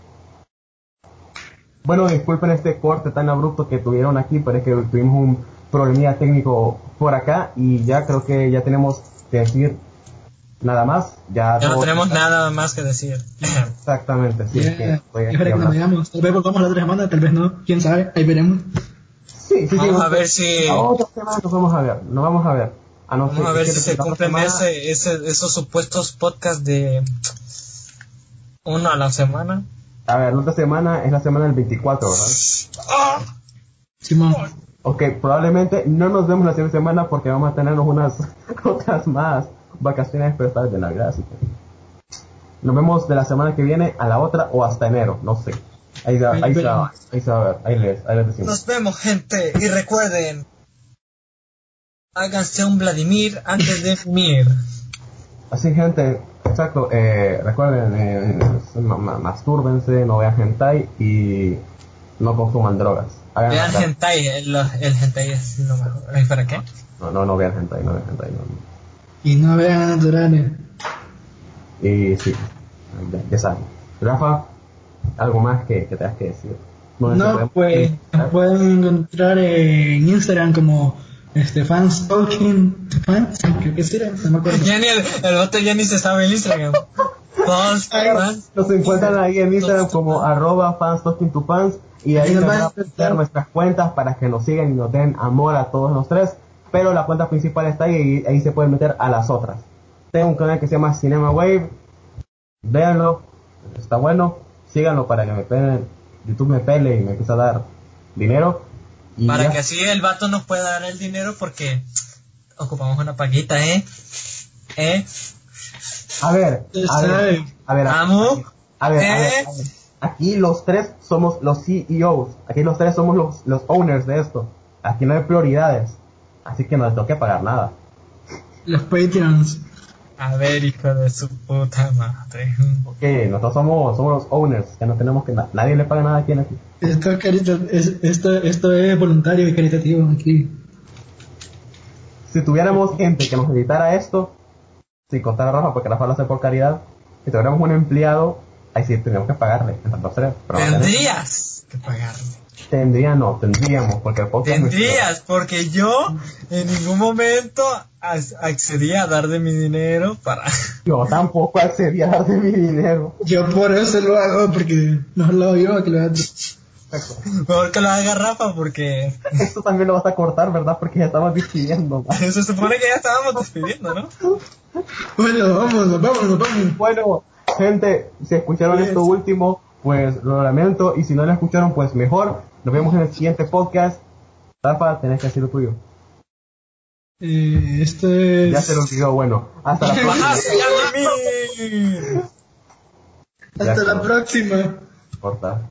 Bueno, disculpen este corte tan abrupto que tuvieron aquí, pero es que tuvimos un problemilla técnico por acá y ya creo que ya tenemos que decir nada más. Ya no tenemos nada más que decir. Exactamente, sí. Yeah. Que nos veamos. Tal vez volvamos la otra semana, tal vez no. Quién sabe, ahí veremos. Sí, vamos a ver si... La otra semana nos vamos a ver. Vamos a ver si se cumplen esos supuestos podcasts de uno a la semana. A ver, la otra semana es la semana del 24, ¿verdad? Simón. Ok, probablemente no nos vemos la siguiente semana porque vamos a tenernos unas otras más vacaciones especiales de Navidad, así que nos vemos de la semana que viene a la otra o hasta enero, no sé. Ahí se va a ver, ahí les decimos. Nos vemos, gente, y recuerden, háganse un Vladimir antes de mir. Así, gente, exacto, recuerden, mastúrbense, no vean hentai y no consuman drogas. Vean hentai, el hentai es lo mejor. ¿Para qué? No vean hentai, no. Y no vean naturales. Y sí, ya saben. Rafa, algo más que tengas que decir. Pues pueden encontrar en Instagram como fans talking fans, creo que será, no me acuerdo. Ya ni el otro ya ni se sabe el Instagram. Nos encuentran ahí en Instagram como @fanstalkingtofans y ahí les van a poner nuestras cuentas para que nos sigan y nos den amor a todos los tres, pero la cuenta principal está ahí y ahí se pueden meter a las otras. Tengo un canal que se llama Cinema Wave, véanlo, está bueno, síganlo para que YouTube me pele y me empiece a dar dinero. Y para que así el vato nos pueda dar el dinero porque ocupamos una paguita, A ver, aquí los tres somos los CEOs, aquí los tres somos los owners de esto, aquí no hay prioridades, así que no les tengo que pagar nada. Los Patreons. A ver, hijo de su puta madre. Ok, nosotros somos los owners, que no tenemos que nadie le paga nada aquí. Esto es voluntario y caritativo aquí. Si tuviéramos gente que nos editara esto, sin contar a Rafa, porque Rafa lo hace por caridad, si tuviéramos un empleado, ahí sí tendríamos que pagarle. Tendrías que pagarle. Tendríamos, porque el podcast porque yo en ningún momento accedí a dar de mi dinero para... Yo tampoco accedí a dar de mi dinero. Yo por eso lo hago, porque no lo hago yo, que lo hago. Mejor que lo haga Rafa, porque... Esto también lo vas a cortar, ¿verdad? Porque ya estamos despidiendo. Se supone que ya estábamos despidiendo, ¿no? Bueno, vamos. Bueno, gente, si escucharon esto último, pues lo lamento, y si no lo escucharon, pues mejor. Nos vemos en el siguiente podcast. Rafa, tenés que decir lo tuyo. Esto es... Ya se lo olvidó, bueno. Hasta la próxima. Hasta la próxima. Corta.